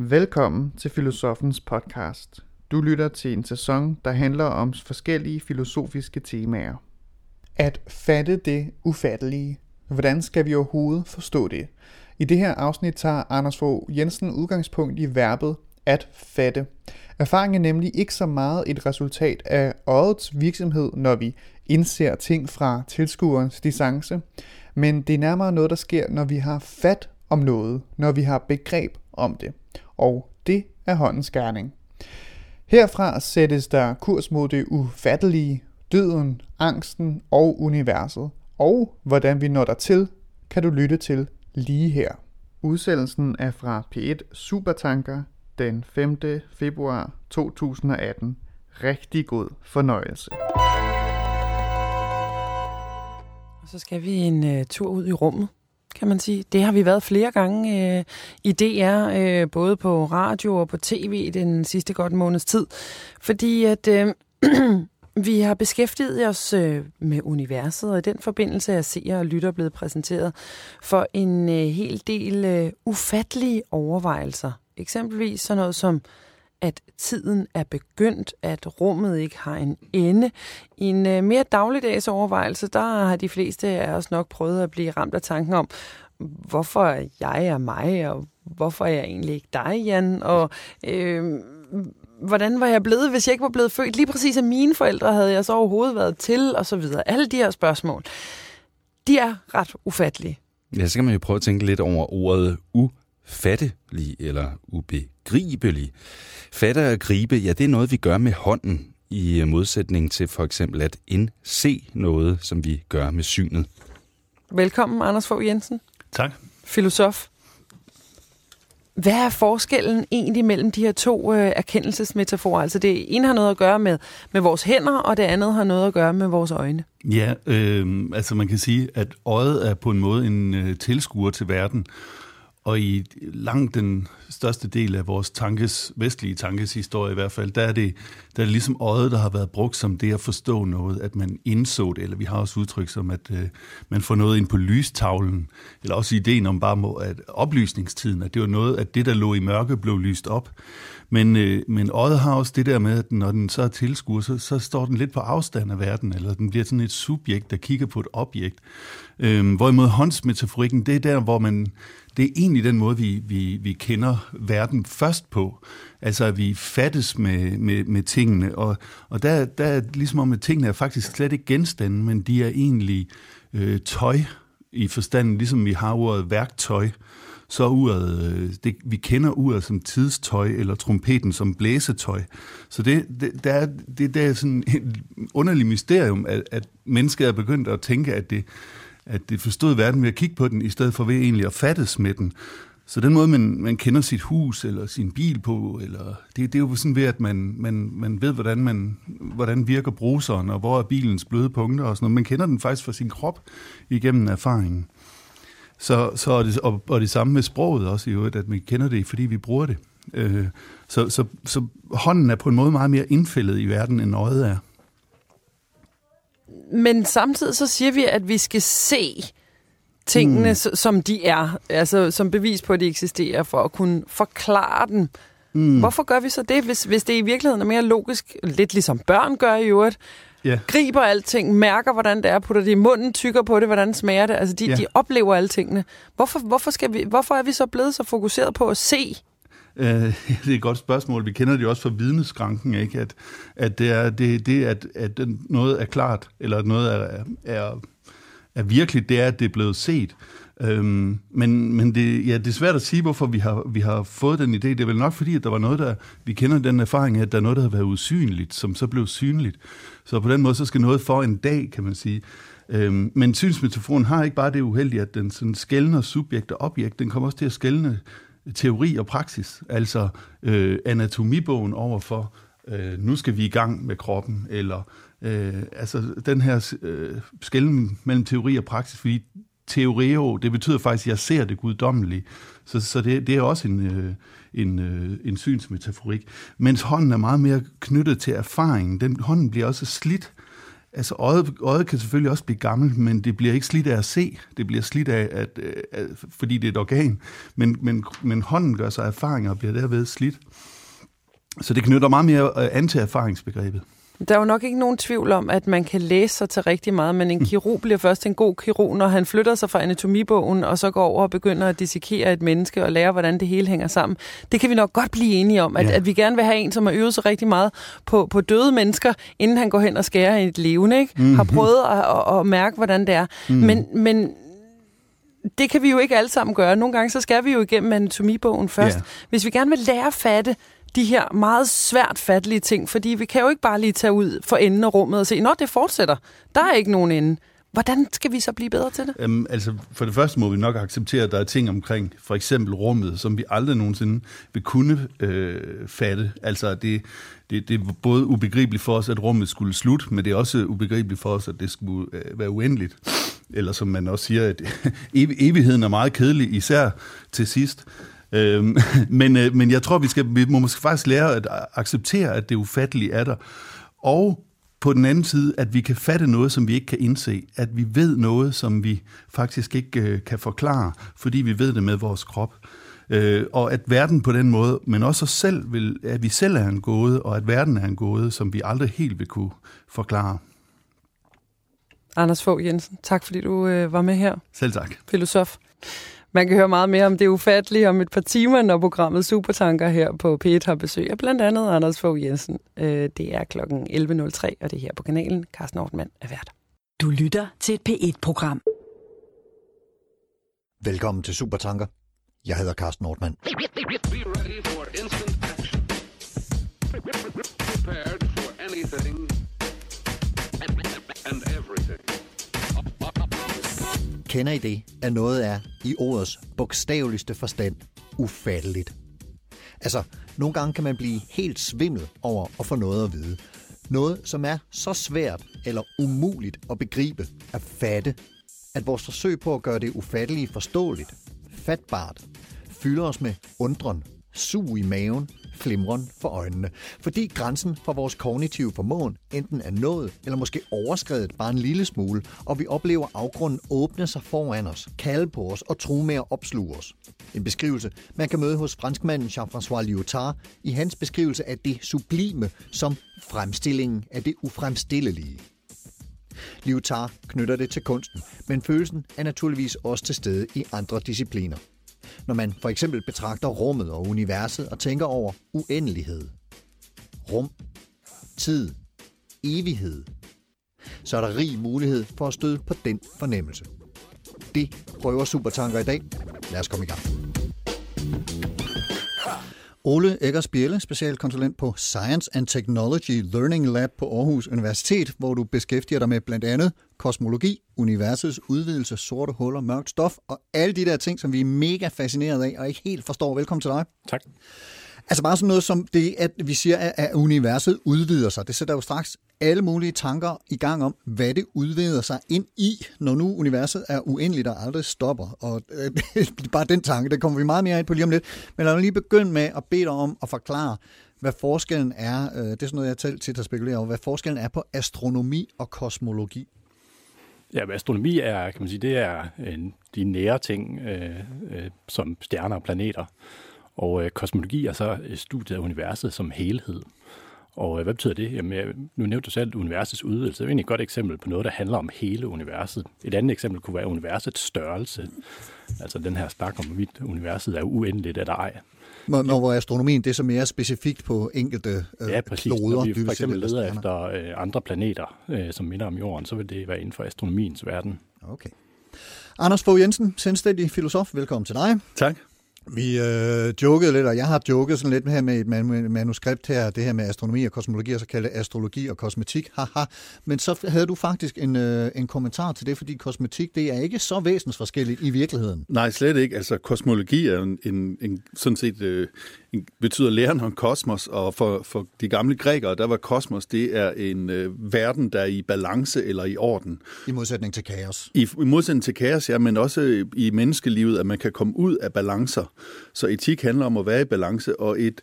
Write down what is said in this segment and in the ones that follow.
Velkommen til Filosofens podcast. Du lytter til en sæson, der handler om forskellige filosofiske temaer. At fatte det ufattelige. Hvordan skal vi overhovedet forstå det? I det her afsnit tager Anders Fogh Jensen udgangspunkt i verbet at fatte. Erfaring er nemlig ikke så meget et resultat af øjets virksomhed, når vi indser ting fra tilskuerens distance, men det er nærmere noget, der sker, når vi har fat om noget, når vi har begreb om det. Og det er håndens gerning. Herfra sættes der kurs mod det ufattelige, døden, angsten og universet. Og hvordan vi når dertil, kan du lytte til lige her. Udsendelsen er fra P1 Supertanker den 5. februar 2018. Rigtig god fornøjelse. Og så skal vi en tur ud i rummet, kan man sige. Det har vi været flere gange i DR, både på radio og på tv den sidste godt måneds tid. Fordi at vi har beskæftiget os med universet, og i den forbindelse er seere og lytter blevet præsenteret for en hel del ufattelige overvejelser. Eksempelvis sådan noget som, at tiden er begyndt, at rummet ikke har en ende. I en mere dagligdags overvejelse, der har de fleste af os nok prøvet at blive ramt af tanken om, hvorfor jeg er mig, og hvorfor er jeg egentlig ikke dig, Jan? Og hvordan var jeg blevet, hvis jeg ikke var blevet født? Lige præcis af mine forældre havde jeg så overhovedet været til, og så videre. Alle de her spørgsmål, de er ret ufattelige. Ja, så kan man jo prøve at tænke lidt over ordet ufattelig eller ubegribelig. Fatte og gribe, ja, det er noget, vi gør med hånden, i modsætning til for eksempel at indse noget, som vi gør med synet. Velkommen, Anders Fogh Jensen. Tak. Filosof. Hvad er forskellen egentlig mellem de her to erkendelsesmetaforer? Altså det ene har noget at gøre med vores hænder, og det andet har noget at gøre med vores øjne. Ja, altså man kan sige, at øjet er på en måde en tilskuer til verden. Og i langt den største del af vores vestlige tankes historie i hvert fald, der er det ligesom øjet, der har været brugt som det at forstå noget, at man indså det, eller vi har også udtryk som, at man får noget ind på lystavlen, eller også ideen om bare at oplysningstiden, at det var noget, at det, der lå i mørke, blev lyst op. Men øjet har også det der med, at når den så er tilskuer, så står den lidt på afstand af verden, eller den bliver sådan et subjekt, der kigger på et objekt. Hvorimod håndsmetaforikken, det er der, hvor det er egentlig den måde, vi kender verden først på. Altså, at vi fattes med tingene. Og der er ligesom om, at tingene er faktisk slet ikke genstande, men de er egentlig tøj i forstanden, ligesom vi har ordet værktøj. Så uret, vi kender uret som tidstøj, eller trompeten som blæsetøj. Så det er sådan et underligt mysterium, at mennesket er begyndt at tænke, at det forstod verden ved at kigge på den, i stedet for ved egentlig at fattes med den. Så den måde, man kender sit hus eller sin bil på, eller det er jo sådan ved, at man ved, hvordan virker bruseren, og hvor er bilens bløde punkter og sådan noget. Man kender den faktisk fra sin krop igennem erfaringen. Så er det samme med sproget også i øvrigt, at man kender det, fordi vi bruger det. Så hånden er på en måde meget mere indfældet i verden, end øjet er. Men samtidig så siger vi, at vi skal se tingene, som de er. Altså som bevis på, at de eksisterer, for at kunne forklare dem. Hvorfor gør vi så det, hvis det i virkeligheden er mere logisk? Lidt ligesom børn gør i øvrigt. Yeah. Griber alting, mærker, hvordan det er, putter det i munden, tykker på det, hvordan smager det. Altså de oplever alle tingene. Hvorfor er vi så blevet så fokuseret på at se? Det er et godt spørgsmål. Vi kender det jo også fra vidneskranken, ikke? At at noget er klart, eller at noget er virkeligt, det er, at det er blevet set. Men det er svært at sige, hvorfor vi har fået den idé. Det er vel nok fordi, at der var noget, vi kender den erfaring, at der er noget, der har været usynligt, som så blev synligt. Så på den måde, så skal noget for en dag, kan man sige. Men synsmetaforen har ikke bare det uheldige, at den sådan skelner subjekt og objekt. Den kommer også til at skelne teori og praksis. Altså anatomibogen overfor, nu skal vi i gang med kroppen, eller altså den her skelnen mellem teori og praksis, fordi teoreo, det betyder faktisk, at jeg ser det guddommelige. Så det er også en synsmetaforik. Mens hånden er meget mere knyttet til erfaringen. Hånden bliver også slidt Altså øjet kan selvfølgelig også blive gammelt, men det bliver ikke slidt af at se. Det bliver slidt af, fordi det er et organ. Men hånden gør sig erfaringer og bliver derved slidt. Så det knytter meget mere an til erfaringsbegrebet. Der er jo nok ikke nogen tvivl om, at man kan læse sig til rigtig meget, men en kirurg bliver først en god kirurg, når han flytter sig fra anatomibogen, og så går over og begynder at dissekere et menneske og lære, hvordan det hele hænger sammen. Det kan vi nok godt blive enige om, at vi gerne vil have en, som har øvet sig rigtig meget på døde mennesker, inden han går hen og skærer i et levende, ikke? Har prøvet at mærke, hvordan det er. Men det kan vi jo ikke alle sammen gøre. Nogle gange så skal vi jo igennem anatomibogen først. Hvis vi gerne vil lære at fatte de her meget svært fattelige ting, fordi vi kan jo ikke bare lige tage ud for enden af rummet og se, nå, det fortsætter. Der er ikke nogen ende. Hvordan skal vi så blive bedre til det? Altså, for det første må vi nok acceptere, at der er ting omkring, for eksempel rummet, som vi aldrig nogensinde vil kunne fatte. Altså, det er både ubegribeligt for os, at rummet skulle slutte, men det er også ubegribeligt for os, at det skulle være uendeligt. Eller som man også siger, at evigheden er meget kedelig, især til sidst. Men jeg tror, vi må måske faktisk lære at acceptere, at det ufattelige er der. Og på den anden side, at vi kan fatte noget, som vi ikke kan indse. At vi ved noget, som vi faktisk ikke kan forklare, fordi vi ved det med vores krop. Og at verden på den måde, men også os selv, at vi selv er en gåde, og at verden er en gåde, som vi aldrig helt vil kunne forklare. Anders Fogh Jensen, tak fordi du var med her. Selv tak. Filosof. Man kan høre meget mere om det ufattelige om et par timer, når programmet Supertanker her på P1 har besøg af blandt andet Anders Fogh Jensen. Det er kl. 11.03, og det er her på kanalen. Carsten Ortmann er vært. Du lytter til et P1-program. Velkommen til Supertanker. Jeg hedder Carsten Ortmann. Kender I det, at noget er i ordets bogstaveligste forstand ufatteligt? Altså, nogle gange kan man blive helt svimmel over at få noget at vide. Noget, som er så svært eller umuligt at begribe, at fatte, at vores forsøg på at gøre det ufattelige forståeligt, fatbart, fylder os med undren, sug i maven, flimren for øjnene. Fordi grænsen for vores kognitive formåen enten er nået, eller måske overskredet bare en lille smule, og vi oplever afgrunden åbne sig foran os, kalde på os og true med at opsluge os. En beskrivelse, man kan møde hos franskmanden Jean-François Lyotard i hans beskrivelse af det sublime som fremstillingen af det ufremstillelige. Lyotard knytter det til kunsten, men følelsen er naturligvis også til stede i andre discipliner. Når man for eksempel betragter rummet og universet og tænker over uendelighed, rum, tid, evighed, så er der rig mulighed for at støde på den fornemmelse. Det prøver Supertanker i dag. Lad os komme i gang. Ole Eggers Bjelle, specialkonsulent på Science and Technology Learning Lab på Aarhus Universitet, hvor du beskæftiger dig med blandt andet kosmologi, universets udvidelse, sorte huller, mørkt stof og alle de der ting, som vi er mega fascineret af og ikke helt forstår. Velkommen til dig. Tak. Altså bare sådan noget som det, at vi siger, at universet udvider sig. Det sætter jo straks alle mulige tanker i gang om, hvad det udvider sig ind i, når nu universet er uendeligt og aldrig stopper. Og bare den tanke, det kommer vi meget mere ind på lige om lidt. Men lad mig lige begynde med at bede dig om at forklare, hvad forskellen er. Det er sådan noget, jeg tit har spekuleret over. Hvad forskellen er på astronomi og kosmologi. Ja, astronomi er, kan man sige, det er de nære ting, som stjerner og planeter. Og kosmologi er så studiet af universet som helhed. Og hvad betyder det? Jamen, nu nævnte du selv universets udvidelse. Det er egentlig et godt eksempel på noget, der handler om hele universet. Et andet eksempel kunne være universets størrelse. Altså den her snak om, hvorvidt universet er uendeligt eller ej. Hvor astronomien det er så mere specifikt på enkelte ja, præcis. kloder. Når vi for eksempel leder efter andre planeter, som minder om jorden, så vil det være inden for astronomiens verden. Okay. Anders Fogh Jensen, selvstændig filosof. Velkommen til dig. Tak. Vi jokede lidt, og jeg har joket sådan lidt her med et manuskript her, det her med astronomi og kosmologi, og så kaldte astrologi og kosmetik. Haha. Men så havde du faktisk en kommentar til det, fordi kosmetik, det er ikke så væsensforskelligt i virkeligheden. Nej, slet ikke. Altså, kosmologi er sådan set betyder læren om kosmos, og for de gamle grækere, der var kosmos, det er en verden, der er i balance eller i orden. I modsætning til kaos. I modsætning til kaos, ja, men også i menneskelivet, at man kan komme ud af balancer. Så etik handler om at være i balance, og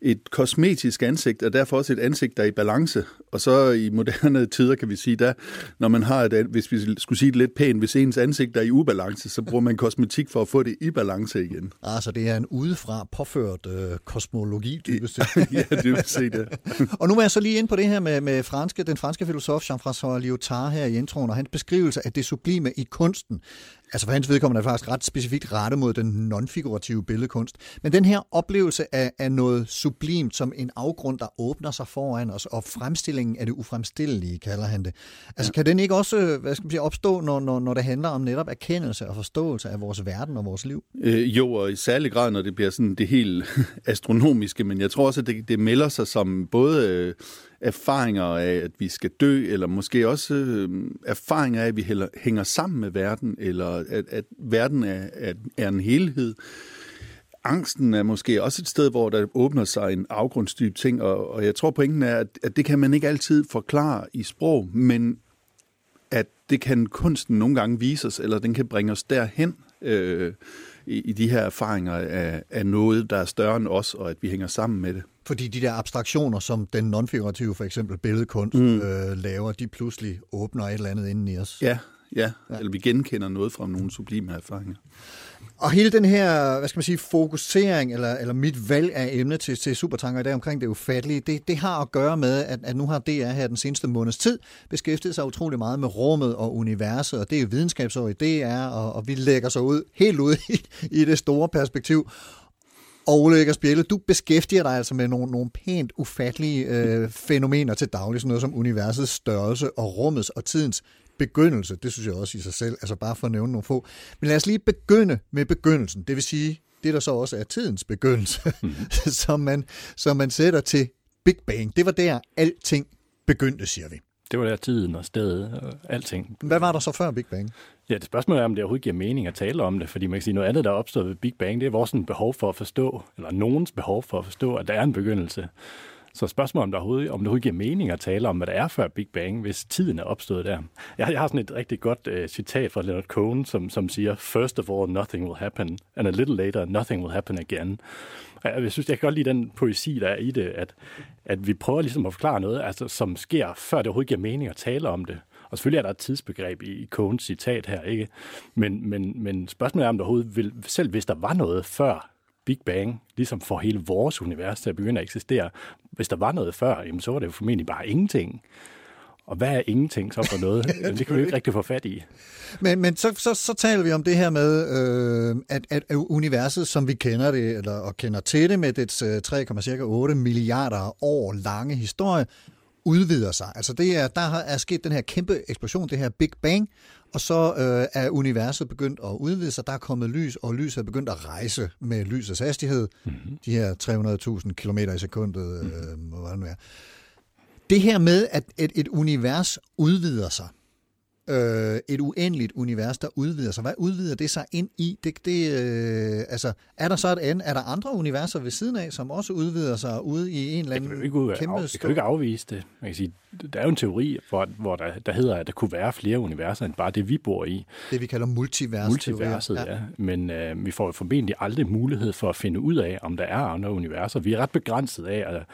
et kosmetisk ansigt, og derfor også et ansigt, der er i balance. Og så i moderne tider, kan vi sige, der, når man har hvis vi skulle sige det lidt pænt, hvis ens ansigt er i ubalance, så bruger man kosmetik for at få det i balance igen. Altså, det er en udefra påført kosmologi, dybest set. Ja, dybest set, ja. Og nu er jeg så lige inde på det her med den franske filosof Jean-François Lyotard her i introen, og hans beskrivelse af det sublime i kunsten. Altså for hans vedkommende er det faktisk ret specifikt rettet mod den non-figurative billedkunst. Men den her oplevelse af noget sublimt som en afgrund, der åbner sig foran os, og fremstillingen af det ufremstillelige, kalder han det. Altså kan den ikke også opstå, når det handler om netop erkendelse og forståelse af vores verden og vores liv? Jo, og i særlig grad, når det bliver sådan det helt astronomiske, men jeg tror også, at det melder sig som både erfaringer af, at vi skal dø, eller måske også erfaringer af, at vi hænger sammen med verden, eller at verden er en helhed. Angsten er måske også et sted, hvor der åbner sig en afgrundsdyb ting, og jeg tror pointen er, at det kan man ikke altid forklare i sprog, men at det kan kunsten nogle gange vise os, eller den kan bringe os derhen i de her erfaringer af noget, der er større end os, og at vi hænger sammen med det. Fordi de der abstraktioner, som den non-figurative, for eksempel billedkunst, laver, de pludselig åbner et eller andet inden i os. Ja, eller vi genkender noget fra nogle sublime erfaringer. Og hele den her, fokusering, eller mit valg af emne til Supertanker i dag omkring det ufattelige, det har at gøre med, at nu har DR her den seneste måneds tid beskæftiget sig utrolig meget med rummet og universet, og det er jo videnskabsår i DR, og vi lægger så helt ud i det store perspektiv. Og Ole Eggers Bjelle, du beskæftiger dig altså med nogle pænt ufattelige fænomener til daglig, sådan noget som universets størrelse og rummets og tidens begyndelse. Det synes jeg også i sig selv, altså bare for at nævne nogle få. Men lad os lige begynde med begyndelsen. Det vil sige, det der så også er tidens begyndelse, som man sætter til Big Bang. Det var der alting begyndte, siger vi. Det var der tiden og stedet og alting. Hvad var der så før Big Bang? Ja, det spørgsmål er, om det overhovedet giver mening at tale om det, fordi man kan sige, noget andet, der er opstået ved Big Bang, det er vores behov for at forstå, eller nogens behov for at forstå, at der er en begyndelse. Så spørgsmålet om det overhovedet giver mening at tale om, hvad der er før Big Bang, hvis tiden er opstået der. Jeg har sådan et rigtig godt citat fra Leonard Cohen, som siger, "First of all, nothing will happen, and a little later, nothing will happen again." Jeg synes, jeg kan godt lide den poesi, der er i det, at vi prøver ligesom at forklare noget, altså, som sker, før det overhovedet giver mening at tale om det. Og selvfølgelig er der et tidsbegreb i Cohens citat her, ikke? Men spørgsmålet er, om der overhovedet selv hvis der var noget før Big Bang, ligesom for hele vores univers til at begynde at eksistere, hvis der var noget før, jamen, så var det jo formentlig bare ingenting. Og hvad er ingenting så for noget? Det kan vi jo ikke rigtig få fat i. Men så taler vi om det her med, at universet, som vi kender det, og kender til det med dets 3,8 milliarder år lange historie, udvider sig. Altså der er sket den her kæmpe eksplosion, det her Big Bang, og så er universet begyndt at udvide sig. Der er kommet lys, og lyset er begyndt at rejse med lysets hastighed. Mm-hmm. De her 300.000 kilometer i sekundet, hvad det nu er. Det her med, at et univers udvider sig, et uendeligt univers, der udvider sig. Hvad udvider det sig ind i? Altså, er der så er der andre universer ved siden af, som også udvider sig ude i en eller anden kæmpe... Jeg kan jo ikke afvise det. Man kan sige, der er jo en teori, hvor der hedder, at der kunne være flere universer, end bare det, vi bor i. Det, vi kalder multiverset, ja. Men vi får jo formentlig aldrig mulighed for at finde ud af, om der er andre universer. Vi er ret begrænset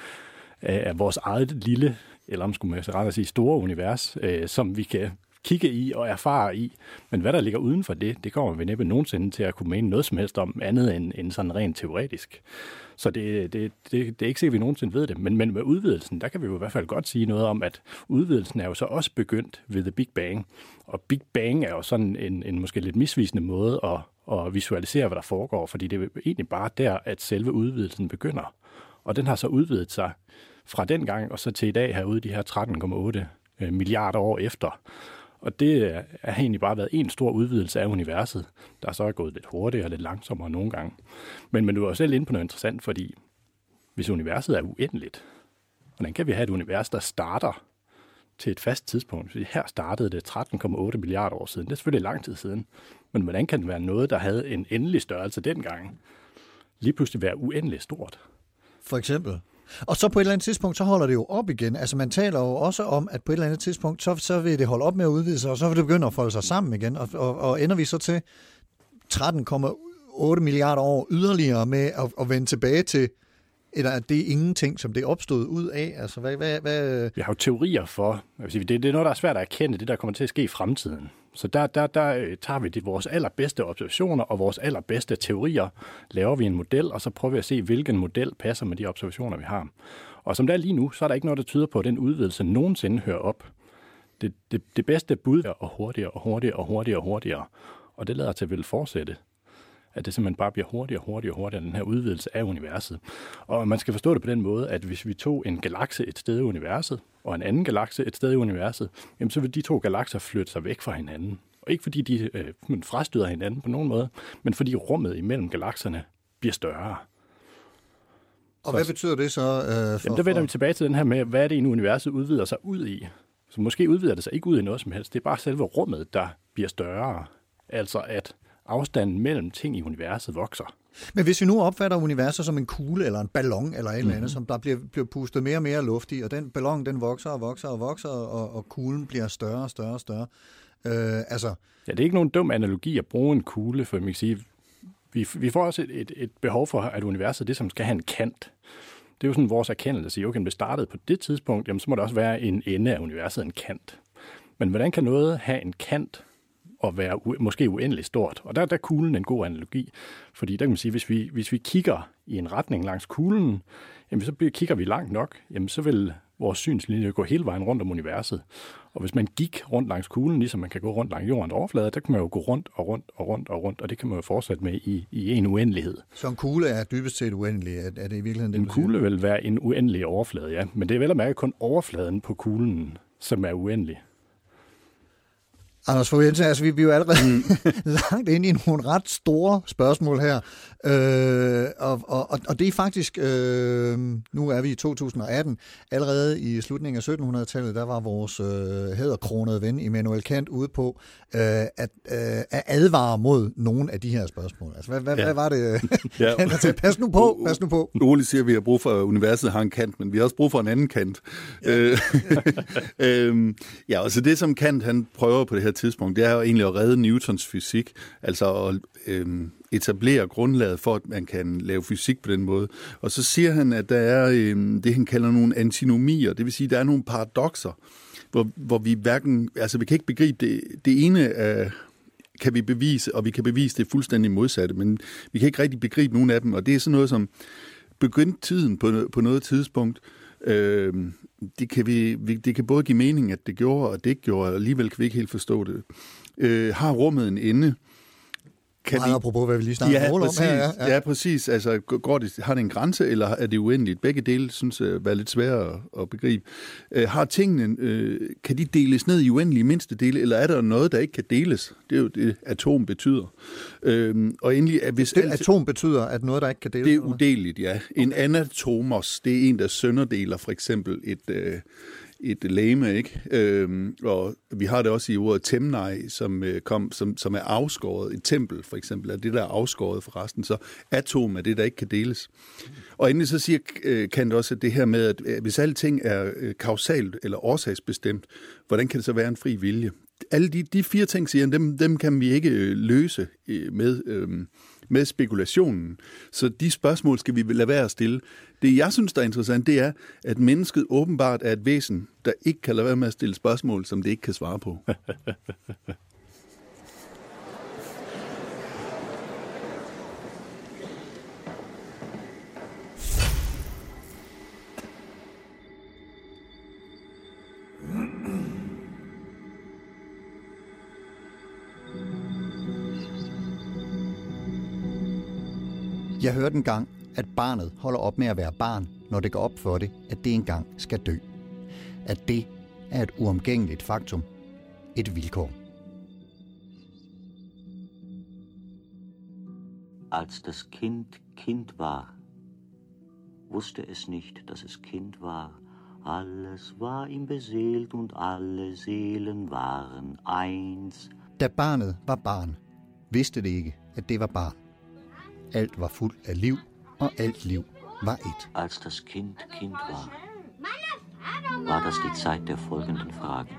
af vores eget lille, eller om skulle man ret at sige store univers, som vi kan kigge i og erfare i. Men hvad der ligger uden for det kommer vi næppe nogensinde til at kunne mene noget som helst om, andet end sådan rent teoretisk. Så det er ikke sikkert, at vi nogensinde ved det. Men med udvidelsen, der kan vi jo i hvert fald godt sige noget om, at udvidelsen er jo så også begyndt ved The Big Bang. Og Big Bang er jo sådan en måske lidt misvisende måde at visualisere, hvad der foregår, fordi det er egentlig bare der, at selve udvidelsen begynder. Og den har så udvidet sig fra den gang og så til i dag herude, de her 13,8 milliarder år efter. Og det har egentlig bare været en stor udvidelse af universet, der så er gået lidt hurtigere og lidt langsommere nogle gange. Men du er jo selv inde på noget interessant, fordi hvis universet er uendeligt, hvordan kan vi have et univers, der starter til et fast tidspunkt? Fordi her startede det 13,8 milliarder år siden. Det er selvfølgelig lang tid siden. Men hvordan kan det være noget, der havde en endelig størrelse dengang, lige pludselig være uendeligt stort? For eksempel. Og så på et eller andet tidspunkt, så holder det jo op igen. Altså man taler jo også om, at på et eller andet tidspunkt, så vil det holde op med at udvide sig, og så vil det begynde at folde sig sammen igen. Og ender vi så til 13,8 milliarder år yderligere med at vende tilbage til Eller er det ingenting, som det er opstået ud af? Altså, hvad? Vi har jo teorier for, det er noget, der er svært at erkende, det der kommer til at ske i fremtiden. Så der tager vi vores allerbedste observationer og vores allerbedste teorier, laver vi en model, og så prøver vi at se, hvilken model passer med de observationer, vi har. Og som der er lige nu, så er der ikke noget, der tyder på, at den udvidelse nogensinde hører op. Det bedste bud er hurtigere og hurtigere og hurtigere og hurtigere, og det lader til at vil fortsætte. At det simpelthen bare bliver hurtigere og hurtigere og hurtigere, den her udvidelse af universet. Og man skal forstå det på den måde, at hvis vi tog en galakse et sted i universet, og en anden galakse et sted i universet, jamen så vil de to galakser flytte sig væk fra hinanden. Og ikke fordi de frastøder hinanden på nogen måde, men fordi rummet imellem galakserne bliver større. Og hvad betyder det så? Jamen, der vender vi tilbage til den her med, hvad er det egentlig universet udvider sig ud i? Så måske udvider det sig ikke ud i noget som helst. Det er bare selve rummet, der bliver større. Altså at afstanden mellem ting i universet vokser. Men hvis vi nu opfatter universet som en kugle eller en ballon eller et eller andet, som der bliver pustet mere og mere luft i, og den ballon, den vokser og vokser og vokser, og kuglen bliver større og større og større. Ja, det er ikke nogen dum analogi at bruge en kugle, for man kan sige, vi får også et behov for, at universet det, som skal have en kant. Det er jo sådan vores erkendelse at sige, okay, det startede på det tidspunkt, jamen så må der også være en ende af universet, en kant. Men hvordan kan noget have en kant og være måske uendeligt stort? Og der er kuglen en god analogi, fordi der kan man sige, hvis vi kigger i en retning langs kuglen, jamen så kigger vi langt nok, jamen så vil vores synslinje gå hele vejen rundt om universet. Og hvis man gik rundt langs kuglen, ligesom man kan gå rundt langs jordens overflade, der kan man jo gå rundt og rundt og rundt og rundt, og det kan man jo fortsætte med i en uendelighed. Så en kugle er dybest set uendelig? Er det i virkeligheden det, en kugle vil være en uendelig overflade, ja. Men det er vel at mærke kun overfladen på kuglen, som er uendelig. Anders Fogh Jensen, altså vi er jo allerede langt ind i nogle ret store spørgsmål her. Og det er faktisk, nu er vi i 2018, allerede i slutningen af 1700-tallet, der var vores hæderkronede ven Immanuel Kant ude på at advare mod nogle af de her spørgsmål. Altså hvad var det? Ja. Pas nu på. Nogle siger, at vi har brug for, at universet har en kant, men vi har også brug for en anden kant. Ja, altså det som Kant han prøver på det her tidspunkt, det er jo egentlig at redde Newtons fysik, altså at etablere grundlaget for, at man kan lave fysik på den måde. Og så siger han, at der er det, han kalder nogle antinomier, det vil sige, at der er nogle paradokser, hvor vi hverken, altså vi kan ikke begribe det ene kan vi bevise, og vi kan bevise det fuldstændig modsatte, men vi kan ikke rigtig begribe nogen af dem, og det er sådan noget som begyndte tiden på noget tidspunkt. Det kan både give mening, at det gjorde, og det ikke gjorde, og alligevel kan vi ikke helt forstå det. Har rummet en ende? Apropos, hvad vi lige snakker om her. Ja, præcis. Altså, har det en grænse, eller er det uendeligt? Begge dele synes jeg er lidt svære at begribe. Har tingene, kan de deles ned i uendelige mindste dele, eller er der noget, der ikke kan deles? Det er jo det, atom betyder. Og endelig, atom betyder, at noget, der ikke kan deles? Det er udeleligt, ja. En anatomos, det er en, der sønderdeler for eksempel et legeme, ikke? Og vi har det også i ordet temnei, som er afskåret. Et tempel, for eksempel, er det, der er afskåret for resten. Så atom er det, der ikke kan deles. Og endelig så siger Kant også, at det her med, at hvis alting er kausalt eller årsagsbestemt, hvordan kan det så være en fri vilje? Alle de fire ting, siger han, dem kan vi ikke løse med spekulationen. Så de spørgsmål skal vi lade være at stille. Det, jeg synes, der er interessant, det er, at mennesket åbenbart er et væsen, der ikke kan lade være med at stille spørgsmål, som det ikke kan svare på. Jeg hørte engang, at barnet holder op med at være barn, når det går op for det, at det engang skal dø. At det er et uomgængeligt faktum. Et vilkår. Als das Kind war, wusste es nicht, dass es Kind war. Alles war ihm beseelt und alle Seelen waren eins. Da barnet var barn, vidste det ikke, at det var barn. Alt var fuld af liv, og alt liv var et. Als das Kind war, war das die Zeit der folgenden Fragen.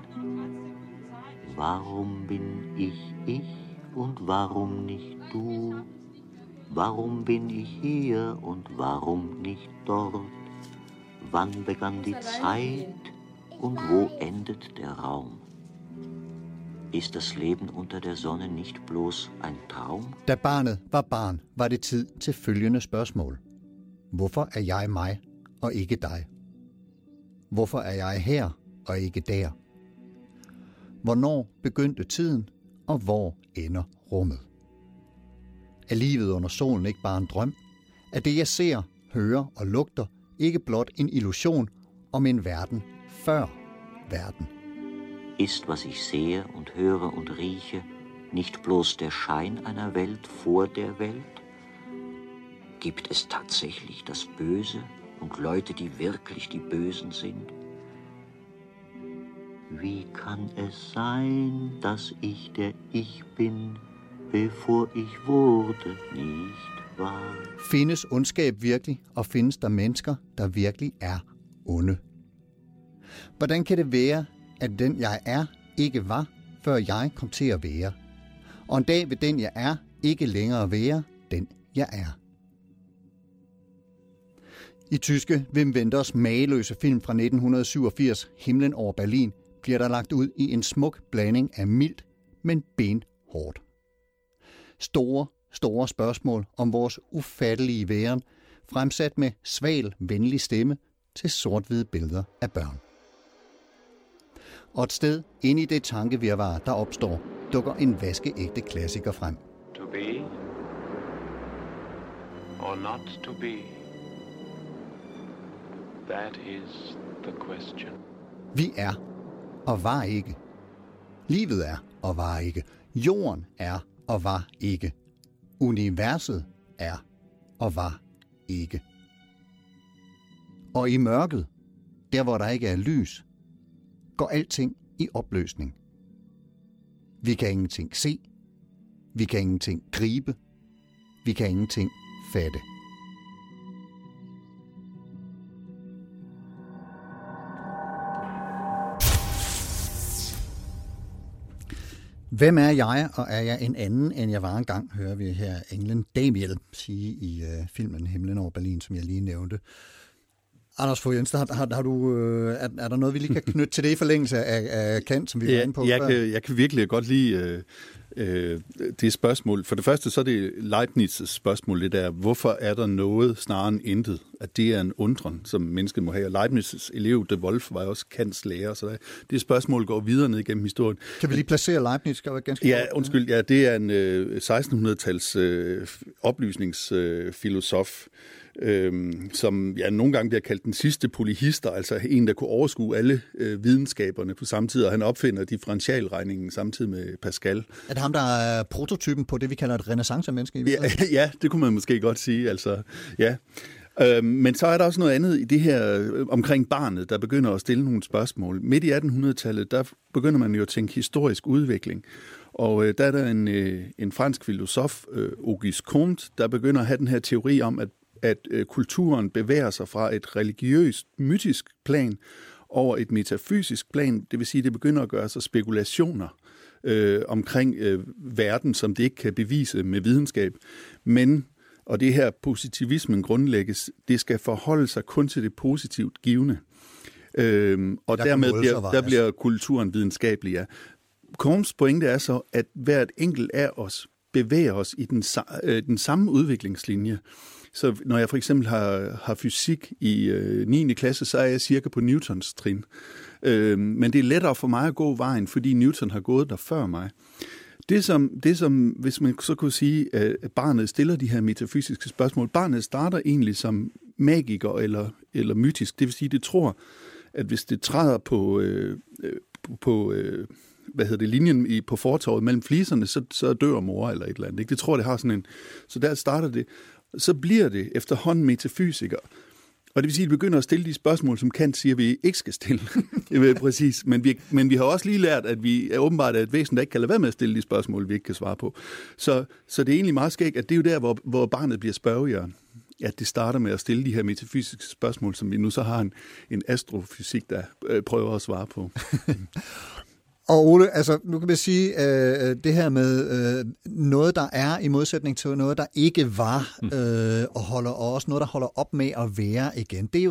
Warum bin ich und warum nicht du? Warum bin ich hier und warum nicht dort? Wann begann die Zeit und wo endet der Raum? Ist das Leben unter der Sonne nicht bloß ein Traum? Da barnet var barn, var det tid til følgende spørgsmål. Hvorfor er jeg mig og ikke dig? Hvorfor er jeg her og ikke der? Hvornår begyndte tiden, og hvor ender rummet? Er livet under solen ikke bare en drøm? Er det, jeg ser, hører og lugter, ikke blot en illusion om en verden før verden? Ist, was ich sehe und höre und rieche, nicht bloß der Schein einer Welt vor der Welt? Gibt es tatsächlich das Böse und Leute, die wirklich die Bösen sind? Wie kann es sein, dass ich der Ich bin, bevor ich wurde, nicht wahr? Findes ondskab virkelig, og findes der mennesker, der virkelig er onde? Hvordan kan det være, at den jeg er, ikke var, før jeg kom til at være? Og en dag vil den jeg er, ikke længere være den jeg er. I tyske Wim Wenders mageløse film fra 1987, Himlen over Berlin, bliver der lagt ud i en smuk blanding af mildt, men benhårdt. Store spørgsmål om vores ufattelige væren, fremsat med sval, venlig stemme til sort-hvide billeder af børn. Og et sted inde i det tankevirvar, der opstår, dukker en vaskeægte klassiker frem. To be or not to be? That is the question. Vi er og var ikke. Livet er og var ikke. Jorden er og var ikke. Universet er og var ikke. Og i mørket, der hvor der ikke er lys, går alting i opløsning. Vi kan ingenting se. Vi kan ingenting gribe. Vi kan ingenting fatte. Hvem er jeg, og er jeg en anden, end jeg var engang, hører vi her englen Damiel sige i filmen Himlen over Berlin, som jeg lige nævnte. Anders Fogh Jensen, har du, er der noget, vi lige kan knytte til det i forlængelse af Kant, som vi var inde på? Jeg kan virkelig godt lide det spørgsmål. For det første, så er det Leibniz' spørgsmål, det der, hvorfor er der noget snarere end intet? At det er en undren, som mennesket må have. Og Leibniz' elev, de Wolf, var også Kants lærer, så det spørgsmål går videre ned gennem historien. Kan vi lige placere Leibniz? Ja, det er en 1600-tals oplysningsfilosof, som nogle gange bliver kaldt den sidste polyhister, altså en, der kunne overskue alle videnskaberne på samme tid, og han opfinder differentialregningen samtidig med Pascal. Er det ham, der er prototypen på det, vi kalder et renæssancemenneske? Ja, det kunne man måske godt sige, altså, ja. Men så er der også noget andet i det her omkring barnet, der begynder at stille nogle spørgsmål. Midt i 1800-tallet, der begynder man jo at tænke historisk udvikling. Og der er der en fransk filosof, Auguste Comte, der begynder at have den her teori om, at kulturen bevæger sig fra et religiøst, mytisk plan over et metafysisk plan. Det vil sige, at det begynder at gøre sig spekulationer omkring verden, som det ikke kan bevise med videnskab. Men, og det her positivismen grundlægges, det skal forholde sig kun til det positivt givende. Og dermed bliver kulturen videnskabelig, ja. Comtes pointe er så, at hvert enkelt af os bevæger os i den samme udviklingslinje. Så når jeg for eksempel har fysik i 9. klasse, så er jeg cirka på Newtons trin. Men det er lettere for mig at gå vejen, fordi Newton har gået der før mig. Det som, hvis man så kunne sige, at barnet stiller de her metafysiske spørgsmål, barnet starter egentlig som magiker eller mytisk. Det vil sige, det tror, at hvis det træder på linjen på fortovet mellem fliserne, så dør mor eller et eller andet. Ikke? Det tror, det har sådan en... Så der starter det. Så bliver det efterhånden metafysiker. Og det vil sige, at vi begynder at stille de spørgsmål, som Kant siger, vi ikke skal stille. Præcis. Men vi har også lige lært, at vi er åbenbart et væsen, der ikke kan lade være med at stille de spørgsmål, vi ikke kan svare på. Så det er egentlig meget skægt, at det er jo der, hvor barnet bliver spørgejern. At det starter med at stille de her metafysiske spørgsmål, som vi nu så har en astrofysik, der prøver at svare på. Og Ole, altså nu kan vi sige, det her med noget, der er i modsætning til noget, der ikke var, og også noget, der holder op med at være igen. Det er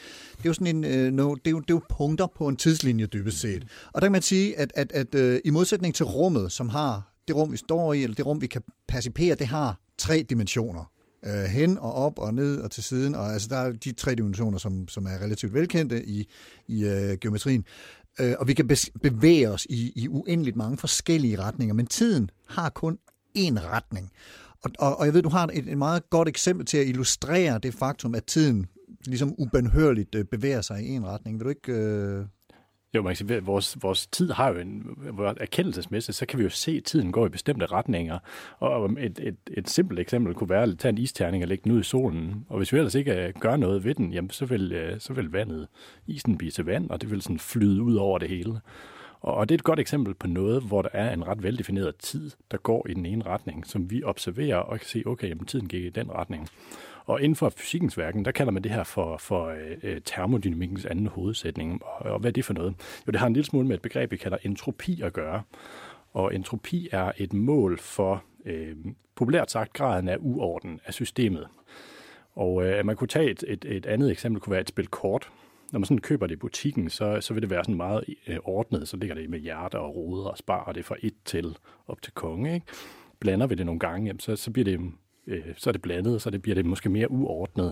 jo punkter på en tidslinje dybest set. Og der kan man sige, at i modsætning til rummet, som har det rum, vi står i, eller det rum, vi kan percipere, det har 3 dimensioner. Hen og op og ned og til siden, og altså der er de 3 dimensioner, som er relativt velkendte i geometrien. Og vi kan bevæge os i uendeligt mange forskellige retninger, men tiden har kun én retning. Og jeg ved, du har et meget godt eksempel til at illustrere det faktum, at tiden ligesom ubenhørligt bevæger sig i én retning. Vil du ikke... Jo, man kan sige, at vores tid har jo erkendelsesmæssigt, så kan vi jo se, at tiden går i bestemte retninger. Og et simpelt eksempel kunne være at tage en isterning og lægge den ud i solen. Og hvis vi ellers ikke gør noget ved den, jamen, så vil vandet, isen blive til vand, og det vil sådan flyde ud over det hele. Og det er et godt eksempel på noget, hvor der er en ret veldefineret tid, der går i den ene retning, som vi observerer og kan se, okay, jamen, tiden gik i den retning. Og inden for fysikkens verden, der kalder man det her for termodynamikkens anden hovedsætning. Og hvad er det for noget? Jo, det har en lille smule med et begreb, vi kalder entropi at gøre. Og entropi er et mål for, populært sagt, graden af uorden af systemet. Og man kunne tage et andet eksempel, kunne være et spil kort. Når man sådan køber det i butikken, så vil det være sådan meget ordnet. Så ligger det med hjerter og ruder og spar, og det er fra 1 til op til konge. Ikke? Blander vi det nogle gange, jamen, så bliver det... så er det blandet, så bliver det måske mere uordnet.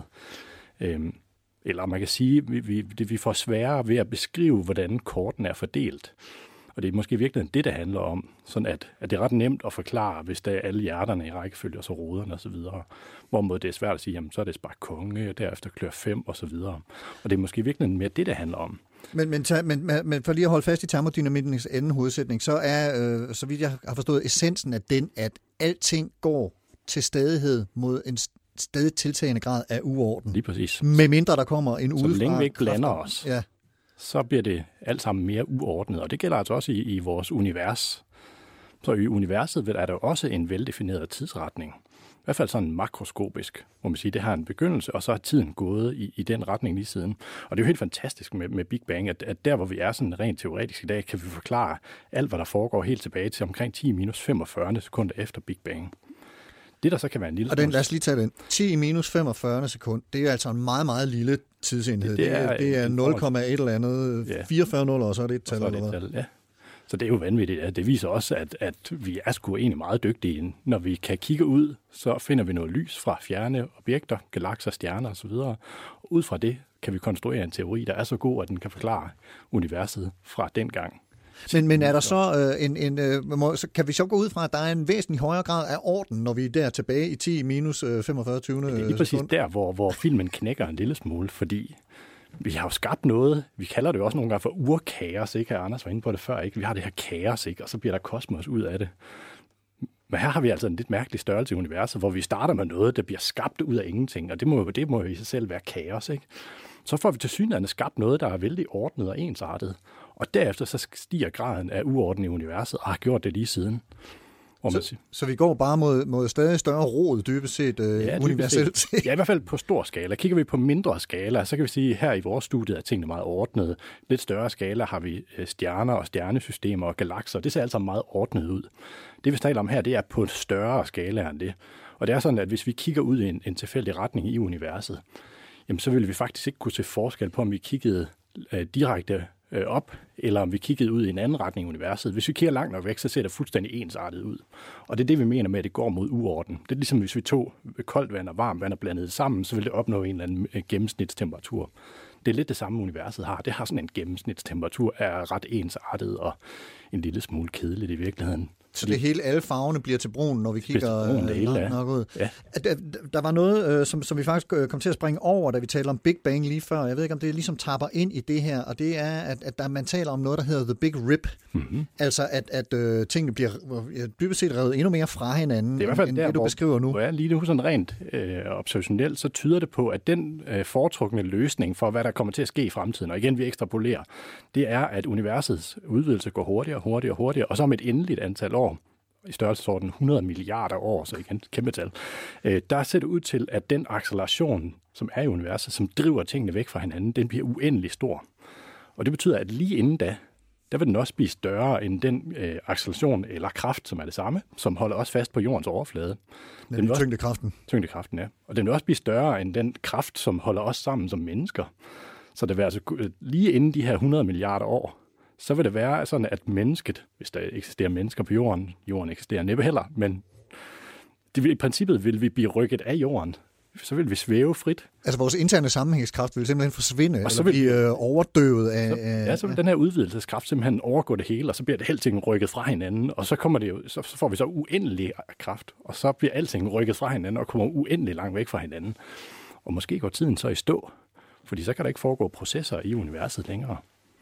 Eller man kan sige, at vi får sværere ved at beskrive, hvordan kortene er fordelt. Og det er måske virkelig det handler om, sådan at det er ret nemt at forklare, hvis der er alle hjerterne i rækkefølge, og så roderne osv. Hvorimod det er svært at sige, jamen så er det bare konge, derefter klør 5 osv. Og det er måske virkelig mere det handler om. Men for lige at holde fast i termodynamikkens anden hovedsætning, så er, så vidt jeg har forstået, essensen af den, at alting går til stadighed mod en stadig tiltagende grad af uorden. Lige præcis. Med mindre der kommer en udefra. Så længe vi ikke blander os, så bliver det alt sammen mere uordnet. Og det gælder altså også i vores univers. Så i universet er der også en veldefineret tidsretning. I hvert fald sådan makroskopisk, hvor man siger, det har en begyndelse, og så er tiden gået i den retning lige siden. Og det er jo helt fantastisk med Big Bang, at der, hvor vi er sådan rent teoretisk i dag, kan vi forklare alt, hvad der foregår helt tilbage til omkring 10 minus 45 sekunder efter Big Bang. Det, der så kan være en lille... Og lad os lige tage den. 10 minus 45 sekund, det er altså en meget, meget lille tidsenhed. Det er 0,1 eller andet, 44 0, og så er det et tal. Ja. Så det er jo vanvittigt. Det viser også, at vi er sgu egentlig meget dygtige. Når vi kan kigge ud, så finder vi noget lys fra fjerne objekter, galakser, stjerner osv. Ud fra det kan vi konstruere en teori, der er så god, at den kan forklare universet fra den gang. Men er der så kan vi så gå ud fra, at der er en væsentlig højere grad af orden, når vi er der tilbage i 10 minus 45 20. Det er lige præcis der, hvor filmen knækker en lille smule, fordi vi har jo skabt noget, vi kalder det jo også nogle gange for urkaos, ikke? Anders var inde på det før, ikke? Vi har det her kaos, ikke? Og så bliver der kosmos ud af det. Men her har vi altså en lidt mærkelig størrelse i universet, hvor vi starter med noget, der bliver skabt ud af ingenting, og det må jo i sig selv være kaos, ikke? Så får vi til synligheden skabt noget, der er vældig ordnet og ensartet. Og derefter så stiger graden af uorden i universet, og har gjort det lige siden. Så vi går bare mod stadig større rod, dybest set universelt? Ja, i hvert fald på stor skala. Kigger vi på mindre skala, så kan vi sige, at her i vores studie er tingene meget ordnet. Lidt større skala har vi stjerner og stjernesystemer og galakser. Det ser altså meget ordnet ud. Det vi taler om her, det er på en større skala end det. Og det er sådan, at hvis vi kigger ud i en tilfældig retning i universet, jamen så ville vi faktisk ikke kunne se forskel på, om vi kiggede direkte op, eller om vi kiggede ud i en anden retning i universet. Hvis vi kigger langt nok væk, så ser det fuldstændig ensartet ud. Og det er det, vi mener med, at det går mod uorden. Det er ligesom, hvis vi tog koldt vand og varmt vand og blandede det sammen, så ville det opnå en eller anden gennemsnitstemperatur. Det er lidt det samme, universet har. Det har sådan en gennemsnitstemperatur, er ret ensartet og en lille smule kedeligt i virkeligheden. Så det hele, alle farverne bliver til brun, når vi kigger langt nok ud. Ja. Der var noget, som vi faktisk kom til at springe over, da vi talte om Big Bang lige før. Jeg ved ikke, om det ligesom tapper ind i det her, og det er, at man taler om noget, der hedder The Big Rip. Mm-hmm. Altså, at tingene bliver dybest set revet endnu mere fra hinanden, det er i hvert fald end der, det, du beskriver nu. Ja, lige nu sådan rent observationelt, så tyder det på, at den foretrukne løsning for, hvad der kommer til at ske i fremtiden, og igen vi ekstrapolerer, det er, at universets udvidelse går hurtigere, og så om et endeligt antal år, i størrelsesorden 100 milliarder år, så igen kæmpe tal, der ser det ud til, at den acceleration, som er i universet, som driver tingene væk fra hinanden, den bliver uendelig stor. Og det betyder, at lige inden da, der vil den også blive større end den acceleration eller kraft, som er det samme, som holder os fast på jordens overflade. Den tyngdekraften. Tyngdekraften, ja. Og den vil også blive større end den kraft, som holder os sammen som mennesker. Så det vil altså lige inden de her 100 milliarder år, så vil det være sådan, at mennesket, hvis der eksisterer mennesker på jorden eksisterer næppe heller, men i princippet vil vi blive rykket af jorden. Så vil vi svæve frit. Altså vores interne sammenhængskraft vil simpelthen forsvinde, eller blive overdøvet af... Så vil den her udvidelseskraft simpelthen overgå det hele, og så bliver det alting rykket fra hinanden, og så kommer det jo, så får vi så uendelig kraft, og så bliver alting rykket fra hinanden, og kommer uendelig langt væk fra hinanden. Og måske går tiden så i stå, fordi så kan der ikke foregå processer i universet længere.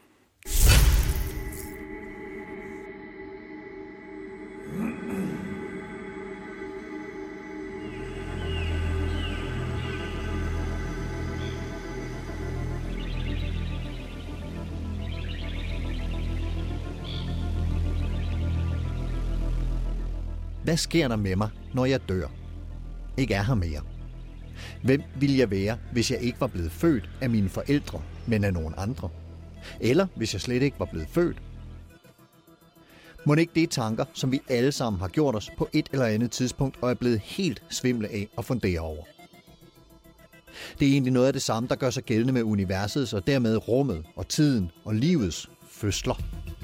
Hvad sker der med mig, når jeg dør? Ikke er her mere. Hvem ville jeg være, hvis jeg ikke var blevet født af mine forældre, men af nogen andre? Eller hvis jeg slet ikke var blevet født? Må ikke det er tanker, som vi alle sammen har gjort os på et eller andet tidspunkt og er blevet helt svimle af at fundere over? Det er egentlig noget af det samme, der gør sig gældende med universets og dermed rummet og tiden og livets fødsler.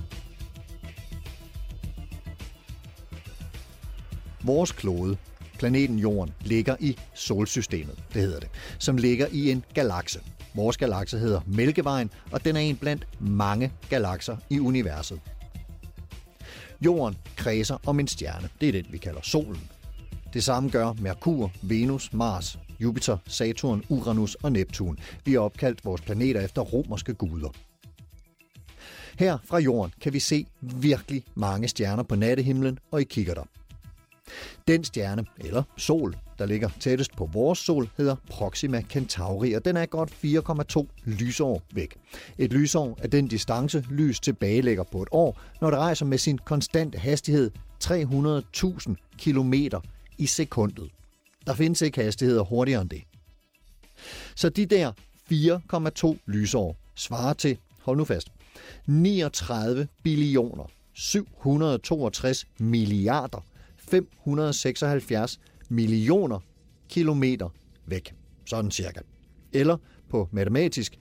Vores klode, planeten Jorden, ligger i solsystemet, det hedder det, som ligger i en galakse. Vores galakse hedder Mælkevejen, og den er en blandt mange galakser i universet. Jorden kredser om en stjerne, det er den, vi kalder solen. Det samme gør Merkur, Venus, Mars, Jupiter, Saturn, Uranus og Neptun. Vi har opkaldt vores planeter efter romerske guder. Her fra Jorden kan vi se virkelig mange stjerner på nattehimlen og i kikkerter. Den stjerne, eller sol, der ligger tættest på vores sol, hedder Proxima Centauri, og den er godt 4,2 lysår væk. Et lysår er den distance, lys tilbagelægger på et år, når det rejser med sin konstante hastighed 300.000 kilometer i sekundet. Der findes ikke hastigheder hurtigere end det. Så de der 4,2 lysår svarer til, hold nu fast, 39 billioner 762 milliarder 576 millioner kilometer væk. Sådan cirka. Eller på matematisk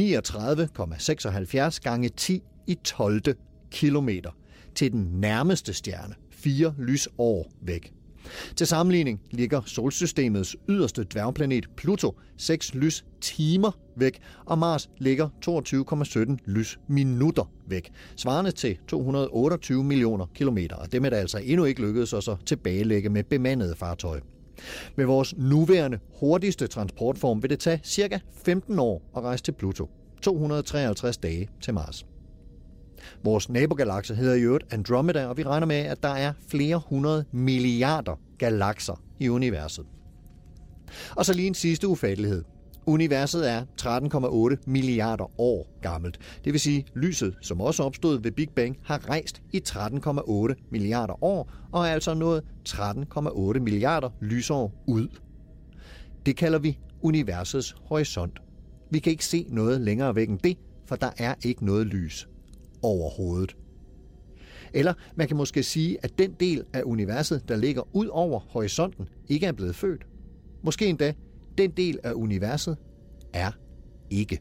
39,76 gange 10 i 12. kilometer til den nærmeste stjerne, 4 lysår væk. Til sammenligning ligger solsystemets yderste dværgplanet Pluto 6 lystimer væk, og Mars ligger 22,17 lysminutter væk, svarende til 228 millioner kilometer, og dem er der altså endnu ikke lykkedes os at tilbagelægge med bemandede fartøjer. Med vores nuværende hurtigste transportform vil det tage ca. 15 år at rejse til Pluto, 253 dage til Mars. Vores nabogalakse hedder i øvrigt Andromeda, og vi regner med, at der er flere 100 milliarder galakser i universet. Og så lige en sidste ufattelighed. Universet er 13,8 milliarder år gammelt. Det vil sige, at lyset, som også opstod ved Big Bang, har rejst i 13,8 milliarder år, og er altså nået 13,8 milliarder lysår ud. Det kalder vi universets horisont. Vi kan ikke se noget længere væk end det, for der er ikke noget lys overhovedet. Eller man kan måske sige, at den del af universet, der ligger ud over horisonten, ikke er blevet født. Måske endda, den del af universet er ikke.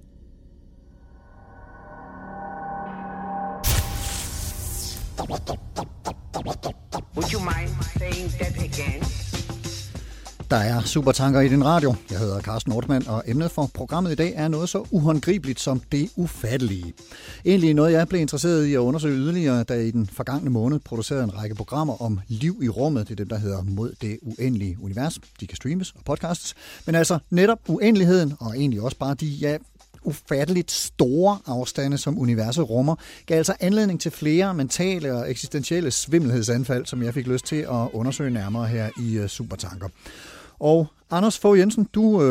Would you mind saying that again? Der er Supertanker i din radio. Jeg hedder Carsten Ortmann, og emnet for programmet i dag er noget så uhåndgribeligt som det ufattelige. Egentlig noget, jeg blev interesseret i at undersøge yderligere, da jeg i den forgangne måned producerede en række programmer om liv i rummet. Det er dem, der hedder Mod det uendelige univers. De kan streames og podcastes. Men altså netop uendeligheden, og egentlig også bare de ufatteligt store afstande, som universet rummer, gav altså anledning til flere mentale og eksistentielle svimmelhedsanfald, som jeg fik lyst til at undersøge nærmere her i Supertanker. Og Anders Fogh Jensen, du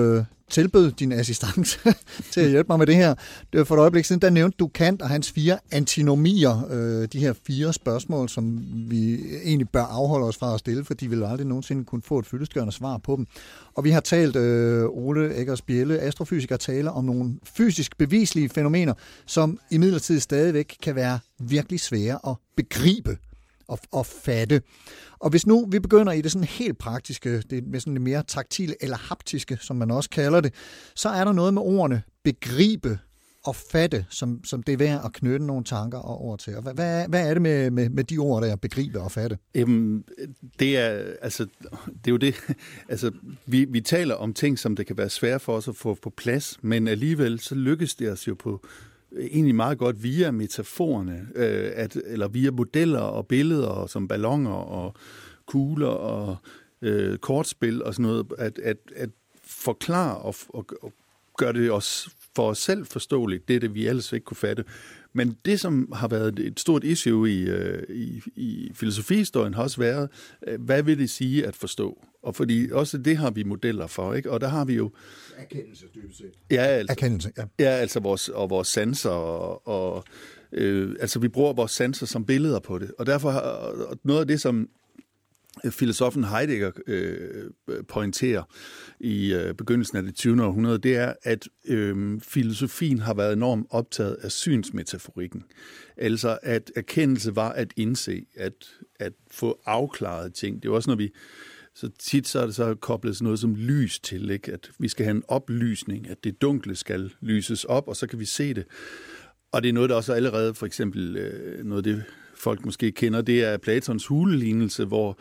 tilbød din assistance til at hjælpe mig med det her. Det var for et øjeblik siden, der nævnte du Kant og hans 4 antinomier, de her 4 spørgsmål, som vi egentlig bør afholde os fra at stille, for de vil aldrig nogensinde kunne få et fyldestgørende svar på dem. Og vi har talt, Ole Eggers Bjelle, astrofysiker, taler om nogle fysisk beviselige fænomener, som imidlertid stadigvæk kan være virkelig svære at begribe og fatte. Og hvis nu vi begynder i det sådan helt praktiske, det med sådan det mere taktile eller haptiske, som man også kalder det, så er der noget med ordene begribe og fatte, som det er værd at knytte nogle tanker og ord til. Og hvad er det med de ord der, begribe og fatte? Det er jo det. Altså, vi taler om ting, som det kan være svært for os at få på plads, men alligevel så lykkes det os jo på egentlig meget godt via metaforerne, eller via modeller og billeder, som balloner og kugler og kortspil og sådan noget, at forklare og gøre det også for os selv forståeligt, det vi ellers ikke kunne fatte. Men det, som har været et stort issue i filosofihistorien, har også været, hvad vil det sige at forstå? Og fordi også det har vi modeller for, ikke? Og der har vi jo erkendelse, dybest set. Ja, altså, erkendelse, ja. Ja, altså vores sanser, og altså vi bruger vores sanser som billeder på det. Og derfor noget af det, som filosofen Heidegger pointerer i begyndelsen af det 20. århundrede, det er, at filosofien har været enormt optaget af synsmetaforikken. Altså at erkendelse var at indse, at få afklaret ting. Det er også, når vi så tit så er det så koblet noget som lys til, ikke? At vi skal have en oplysning, at det dunkle skal lyses op, og så kan vi se det. Og det er noget, der også allerede, for eksempel noget af det, folk måske kender, det er Platons hulelignelse, hvor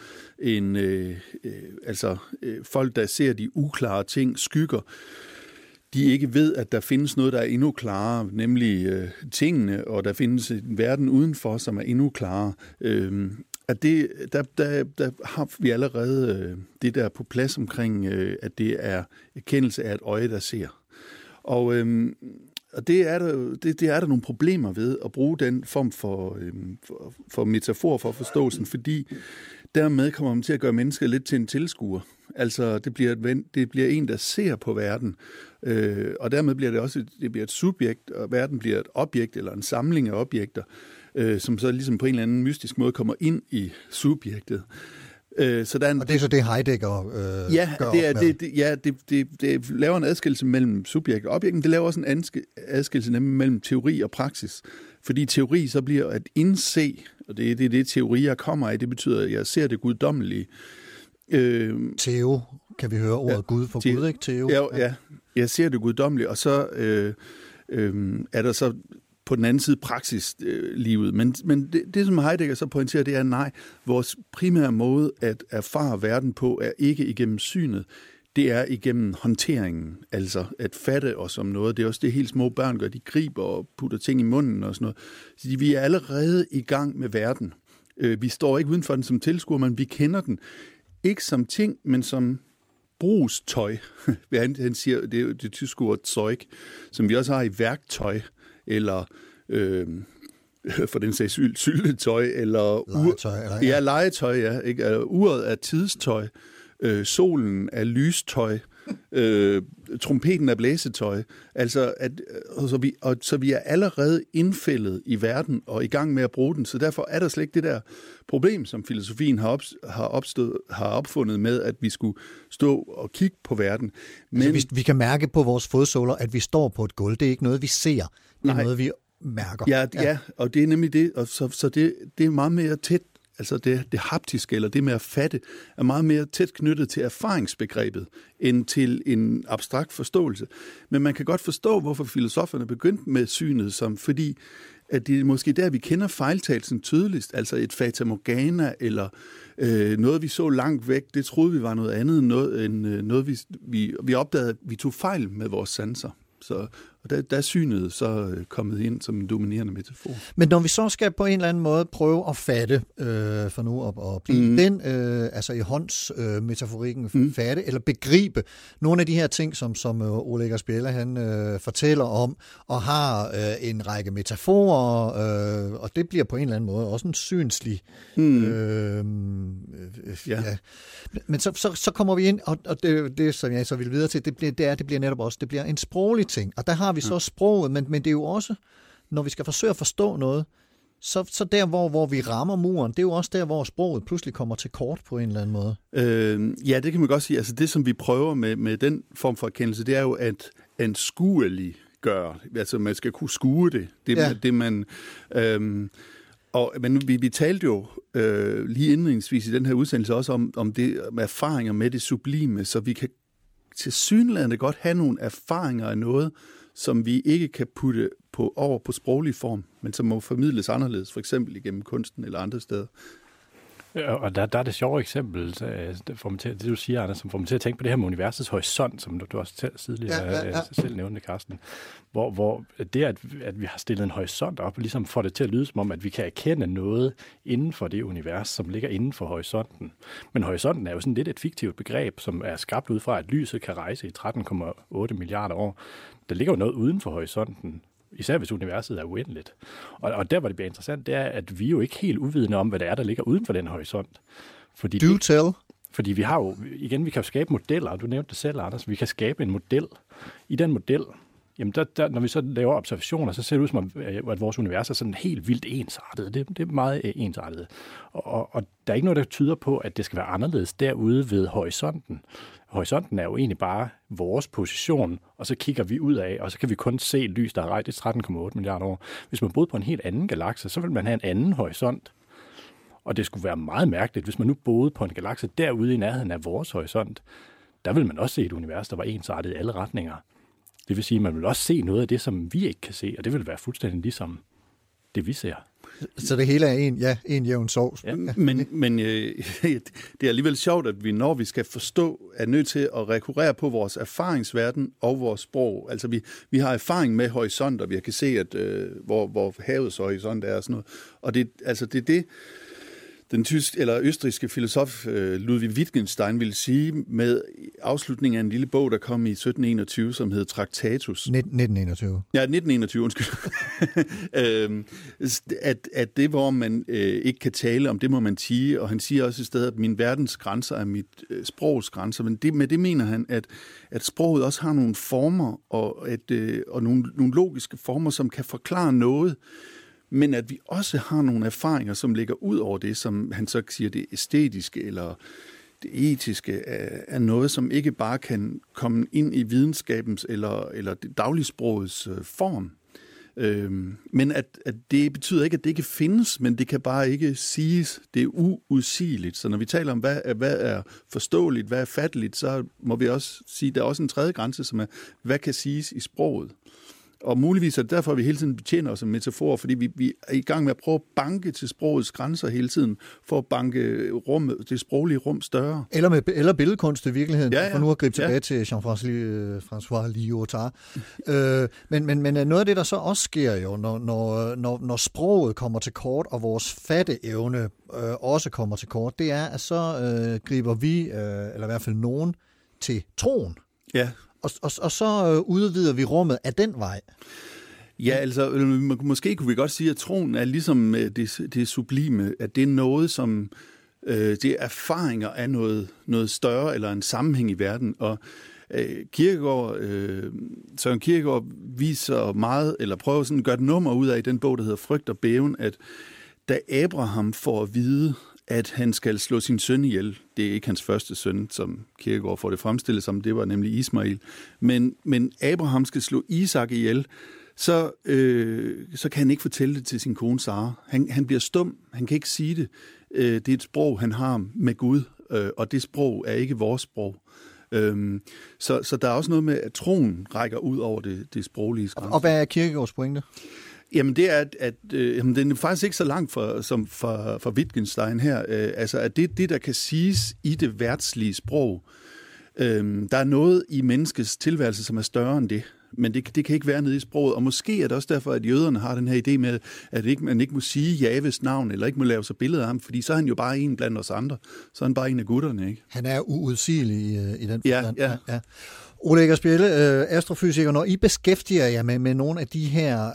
folk, der ser de uklare ting, skygger, de ikke ved, at der findes noget, der er endnu klarere, nemlig tingene, og der findes en verden udenfor, som er endnu klarere. At der har vi allerede det der på plads omkring, at det er erkendelse af et øje, der ser. Og det er der nogle problemer ved at bruge den form for metafor for forståelsen, fordi dermed kommer man til at gøre mennesket lidt til en tilskuer. Altså det bliver en, der ser på verden, og dermed bliver det også et subjekt, og verden bliver et objekt eller en samling af objekter, som så ligesom på en eller anden mystisk måde kommer ind i subjektet. Så der er og det er så det Heidegger gør det laver en adskillelse mellem subjekt og objekt, men det laver også en adskillelse mellem teori og praksis. Fordi teori så bliver at indse, og det er det teorier kommer af, det betyder, at jeg ser det guddommelige. Teo, kan vi høre ordet Gud for Gud, ikke? Teo. Ja, jeg ser det guddommelige, og så er der så på den anden side praksislivet. Men det, som Heidegger så pointerer, det er, nej, vores primære måde at erfare verden på er ikke igennem synet, det er igennem håndteringen, altså at fatte os om noget. Det er også det, helt små børn gør, de griber og putter ting i munden og sådan noget. Så vi er allerede i gang med verden. Vi står ikke uden for den som tilskuer, men vi kender den. Ikke som ting, men som brugstøj. Han siger, det er det tyske ord Zeug, som vi også har i værktøj, eller for den sags skyld syltetøj, eller legetøj, ja, ikke? Altså, uret er tidstøj, solen er lystøj, trompeten er blæsetøj. Altså, så vi er allerede indfældet i verden og i gang med at bruge den, så derfor er der slet ikke det der problem, som filosofien har opfundet med, at vi skulle stå og kigge på verden. Men altså, vi kan mærke på vores fodsåler, at vi står på et gulv. Det er ikke noget, vi ser. Det er noget, vi mærker. Ja, og det er nemlig det, og så det er meget mere tæt. Altså det haptiske, eller det med at fatte, er meget mere tæt knyttet til erfaringsbegrebet, end til en abstrakt forståelse. Men man kan godt forstå, hvorfor filosoferne begyndte med synet, fordi at det er måske der, vi kender fejltagelsen tydeligst, altså et fata morgana, eller noget, vi så langt væk, det troede vi var noget andet, end noget vi opdagede, at vi tog fejl med vores sanser. Så Og der er synet så kommet ind som en dominerende metafor. Men når vi så skal på en eller anden måde prøve at fatte, for nu at blive den, altså i håndsmetaforikken, fatte eller begribe nogle af de her ting, som Ole Eggers Biella han fortæller om, og har en række metaforer, og det bliver på en eller anden måde også en synslig. Ja. Men så kommer vi ind, og det som jeg så vil videre til, det bliver netop også, det bliver en sproglig ting, og der har vi så sproget, men det er jo også, når vi skal forsøge at forstå noget, så der, hvor vi rammer muren, det er jo også der, hvor sproget pludselig kommer til kort på en eller anden måde. Ja, det kan man godt sige. Altså det, som vi prøver med den form for erkendelse, det er jo at anskuelig gøre. Altså man skal kunne skue det. Det man... Men vi talte jo lige indledningsvis i den her udsendelse også om det med erfaringer med det sublime, så vi kan tilsyneladende godt have nogle erfaringer af noget, som vi ikke kan putte over på sproglig form, men som må formidles anderledes, for eksempel igennem kunsten eller andre steder. Og der er det sjove eksempel, det du siger, Anders, som får mig til at tænke på det her med universets horisont, som du også selv nævnte, Carsten, hvor det, at vi har stillet en horisont op, ligesom får det til at lyde som om, at vi kan erkende noget inden for det univers, som ligger inden for horisonten. Men horisonten er jo sådan lidt et fiktivt begreb, som er skabt ud fra, at lyset kan rejse i 13,8 milliarder år. Der ligger jo noget uden for horisonten, især hvis universet er uendeligt. Og der, hvor det bliver interessant, det er, at vi er jo ikke helt uvidende om, hvad det er, der ligger uden for den horisont. Fordi vi har jo, igen, vi kan skabe modeller, du nævnte det selv, Anders, vi kan skabe en model. I den model, jamen når vi så laver observationer, så ser det ud som om, at vores univers er sådan helt vildt ensartet. Det er meget ensartet. Og der er ikke noget, der tyder på, at det skal være anderledes derude ved horisonten. Horisonten er jo egentlig bare vores position, og så kigger vi ud af, og så kan vi kun se lys, der er rejst i 13,8 milliarder år. Hvis man boede på en helt anden galakse, så vil man have en anden horisont. Og det skulle være meget mærkeligt, hvis man nu boede på en galakse derude i nærheden af vores horisont. Der vil man også se et univers, der var ensartet i alle retninger. Det vil sige, at man vil også se noget af det, som vi ikke kan se, og det vil være fuldstændig ligesom det, vi ser. Så det hele er en jævn sovs. Ja. Men det er alligevel sjovt, at vi, når vi skal forstå, er nødt til at rekurrere på vores erfaringsverden og vores sprog. Altså vi har erfaring med horisonter, vi kan se, at hvor havets horisont er og sådan noget. Og det er det, den tyske eller østrigske filosof Ludwig Wittgenstein ville sige med afslutningen af en lille bog, der kom i 1721, som hed Tractatus. 1921. Ja, 1921, undskyld. at det, hvor man ikke kan tale om, det må man sige. Og han siger også i stedet, at min verdens grænser er mit sprogs grænser. Men med det mener han, at sproget også har nogle former og nogle logiske former, som kan forklare noget. Men at vi også har nogle erfaringer, som ligger ud over det, som han så siger, det æstetiske eller det etiske, er noget, som ikke bare kan komme ind i videnskabens eller det dagligsprogets form. Men at det betyder ikke, at det ikke findes, men det kan bare ikke siges. Det er uudsigeligt. Så når vi taler om, hvad er forståeligt, hvad er fatteligt, så må vi også sige, at der er også en tredje grænse, som er, hvad kan siges i sproget. Og muligvis er det derfor, at vi hele tiden betjener os som metaforer, fordi vi er i gang med at prøve at banke til sprogets grænser hele tiden, for at banke det sproglige rum større. Eller billedkunst i virkeligheden, for nu at gribe tilbage til Jean-François Lyotard. Men noget af det, der så også sker jo, når sproget kommer til kort, og vores fatteevne også kommer til kort, det er, at så griber vi, eller i hvert fald nogen, til troen. Ja. Og så udvider vi rummet af den vej. Ja, altså måske kunne vi godt sige, at troen er ligesom det sublime, at det er noget, som det er erfaringer af noget større eller en sammenhæng i verden. Og Søren Kierkegaard viser meget, eller prøver sådan at gøre et nummer ud af i den bog, der hedder Frygt og Bæven, at da Abraham får at vide, at han skal slå sin søn ihjel. Det er ikke hans første søn, som Kierkegaard får det fremstillet som, det var nemlig Ismail. Men Abraham skal slå Isak ihjel, så kan han ikke fortælle det til sin kone Sara. Han bliver stum, han kan ikke sige det. Det er et sprog, han har med Gud, og det sprog er ikke vores sprog. Så der er også noget med, at troen rækker ud over det sproglige grænse. Og hvad er Kierkegaards pointe? Jamen det er, at den er faktisk ikke så langt fra Wittgenstein her. Altså at det, der kan siges i det verdslige sprog, der er noget i menneskets tilværelse, som er større end det. men det kan ikke være nede i sproget. Og måske er det også derfor, at jøderne har den her idé med, at man ikke må sige Javes navn, eller ikke må lave sig billeder af ham, fordi så er han jo bare en blandt os andre. Så er han bare en af gutterne, ikke? Han er uudsigelig i den forstand. Ja. Ole Eggers Bjelle, astrofysiker, når I beskæftiger jer med nogle af de her,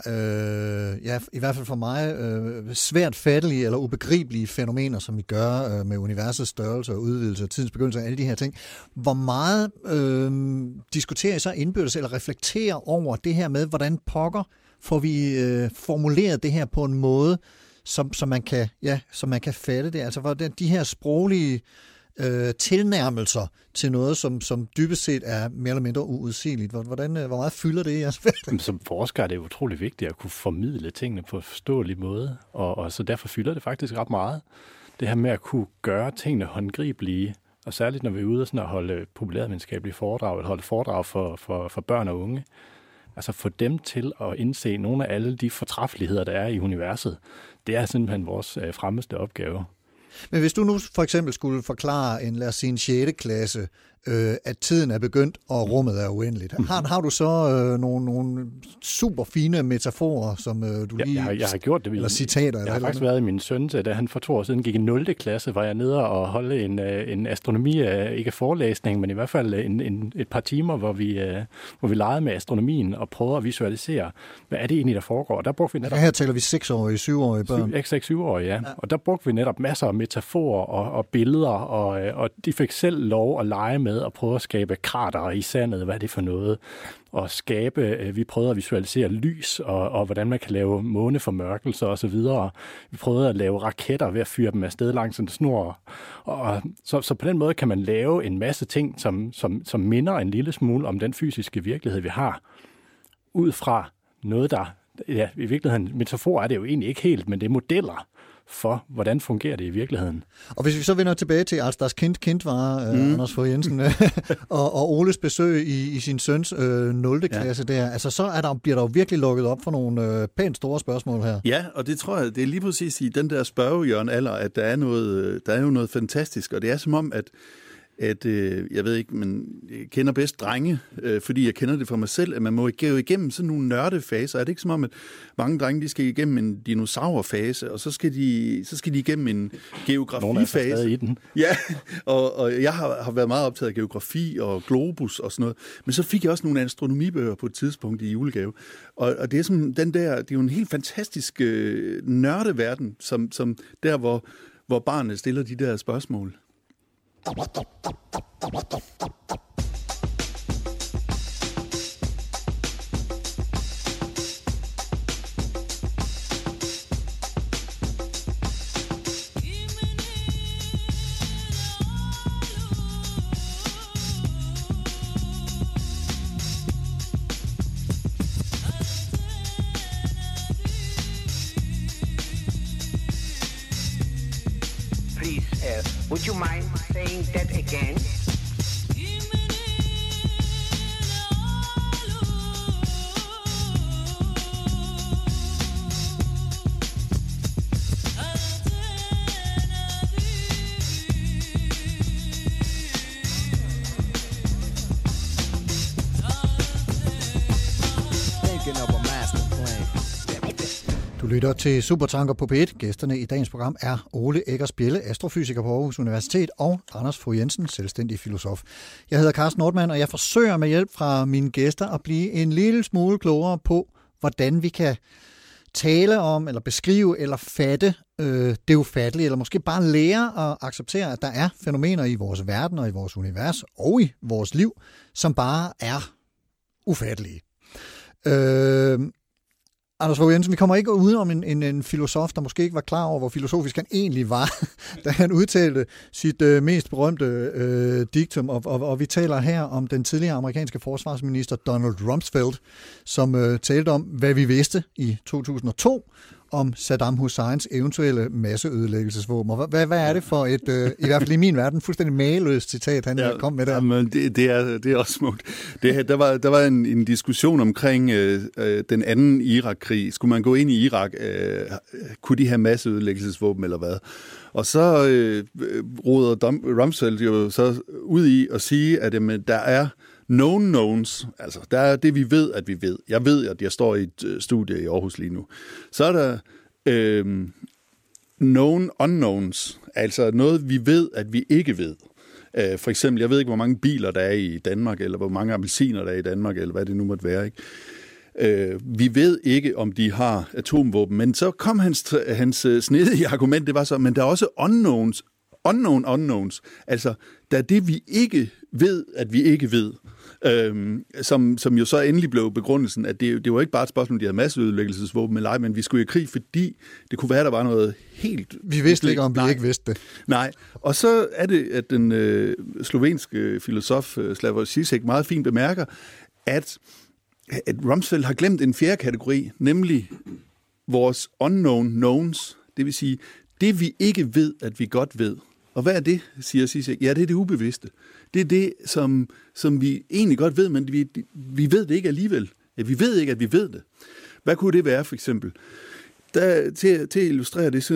i hvert fald for mig, svært fattelige eller ubegribelige fænomener, som I gør med universets størrelse og udvidelse og tidens begyndelse og alle de her ting, hvor meget diskuterer I så indbyrdes eller reflekterer over det her med, hvordan pokker får vi formuleret det her på en måde, som man kan fatte det? Altså, hvordan de her sproglige tilnærmelser til noget, som dybest set er mere eller mindre uudsigeligt. Hvor meget fylder det i jeres felt? Som forsker er det utrolig vigtigt at kunne formidle tingene på en forståelig måde, og så derfor fylder det faktisk ret meget. Det her med at kunne gøre tingene håndgribelige, og særligt når vi er ude og holde populærvidenskabelige foredrag, eller holde foredrag for børn og unge, altså få dem til at indse nogle af alle de fortræffeligheder, der er i universet. Det er simpelthen vores fremmeste opgave. Men hvis du nu for eksempel skulle forklare lad os sige en 6. klasse, at tiden er begyndt, og rummet er uendeligt. Har du så nogle super fine metaforer, som du lige... Jeg har gjort det. Eller citater? Jeg har faktisk været i min søn, da han for 2 år siden gik i 0. klasse, var jeg nede og holde en astronomi, ikke forelæsning, men i hvert fald et par timer, hvor vi legede med astronomien og prøvede at visualisere, hvad er det egentlig, der foregår. Der brugte vi netop... Her taler vi 6-årige, 7-årige børn. 6-7-årige, ja. Og der brugte vi netop masser af metaforer og billeder, og de fik selv lov at lege med og prøve at skabe kratere i sandet, hvad er det for noget, og vi prøvede at visualisere lys, og hvordan man kan lave måneformørkelser og så videre. Vi prøvede at lave raketter ved at fyre dem afsted langs en snor. Og så på den måde kan man lave en masse ting, som minder en lille smule om den fysiske virkelighed, vi har, ud fra noget, der... Ja, i virkeligheden, metafor er det jo egentlig ikke helt, men det er modeller for, hvordan fungerer det i virkeligheden. Og hvis vi så vender tilbage til das Kind var Anders Fogh Jensen og Oles besøg i sin søns 0. klasse der, altså så bliver der jo virkelig lukket op for nogle pænt store spørgsmål her. Ja, og det tror jeg, det er lige præcis i den der spørgehjørne-alder, at der er jo noget fantastisk, og det er som om, at jeg ved ikke, men jeg kender bedst drenge, fordi jeg kender det fra mig selv, at man må gå igennem sådan nogle nørdefaser. Er det ikke som om, at mange drenge, de skal igennem en dinosaurfase, og så skal de igennem en geografifase? Nogle er stadig i den. Ja, og jeg har været meget optaget af geografi og globus og sådan noget, men så fik jeg også nogle astronomibøger på et tidspunkt i julegave. Og det er sådan det er jo en helt fantastisk nørdeverden, som der, hvor barnet stiller de der spørgsmål. Would you mind saying that again? Du lytter til Supertanker på P1. Gæsterne i dagens program er Ole Eggers Bjelle, astrofysiker på Aarhus Universitet, og Anders Fogh Jensen, selvstændig filosof. Jeg hedder Carsten Nordmann, og jeg forsøger med hjælp fra mine gæster at blive en lille smule klogere på, hvordan vi kan tale om, eller beskrive, eller fatte det ufattelige, eller måske bare lære at acceptere, at der er fænomener i vores verden og i vores univers og i vores liv, som bare er ufattelige. Anders Fogh Jensen, vi kommer ikke ud om en filosof, der måske ikke var klar over, hvor filosofisk han egentlig var, da han udtalte sit mest berømte diktum, og vi taler her om den tidligere amerikanske forsvarsminister Donald Rumsfeld, som talte om, hvad vi vidste i 2002 om Saddam Husseins eventuelle masseødelæggelsesvåben. Hvad er det for et, i hvert fald i min verden, fuldstændig mageløst citat, han kom med der? Jamen, det er også smukt. Der var en diskussion omkring den anden Irak-krig. Skulle man gå ind i Irak? Kunne de have masseødelæggelsesvåben eller hvad? Og så roder Rumsfeld jo så ud i at sige, at der er known knowns, altså der er det, vi ved, at vi ved. Jeg ved, at jeg står i et studie i Aarhus lige nu. Så er der known unknowns, altså noget, vi ved, at vi ikke ved. For eksempel, jeg ved ikke, hvor mange biler der er i Danmark, eller hvor mange appelsiner der er i Danmark, eller hvad det nu måtte være, ikke? Vi ved ikke, om de har atomvåben, men så kom hans snedige argument, det var så, men der er også unknowns, altså der er det, vi ikke ved, at vi ikke ved, som jo så endelig blev begrundelsen, at det var ikke bare et spørgsmål, de havde masseødelæggelsesvåben eller ej, men vi skulle i krig, fordi det kunne være, der var noget helt... Vi vidste ikke, om vi ikke vidste det. Nej, og så er det, at den slovenske filosof Slavoj Žižek meget fint bemærker, at Rumsfeld har glemt en fjerde kategori, nemlig vores unknown knowns, det vil sige, det vi ikke ved, at vi godt ved. Og hvad er det, siger Žižek? Ja, det er det ubevidste. Det er det, som vi egentlig godt ved, men vi ved det ikke alligevel. Ja, vi ved ikke, at vi ved det. Hvad kunne det være, for eksempel? Til at illustrere det, så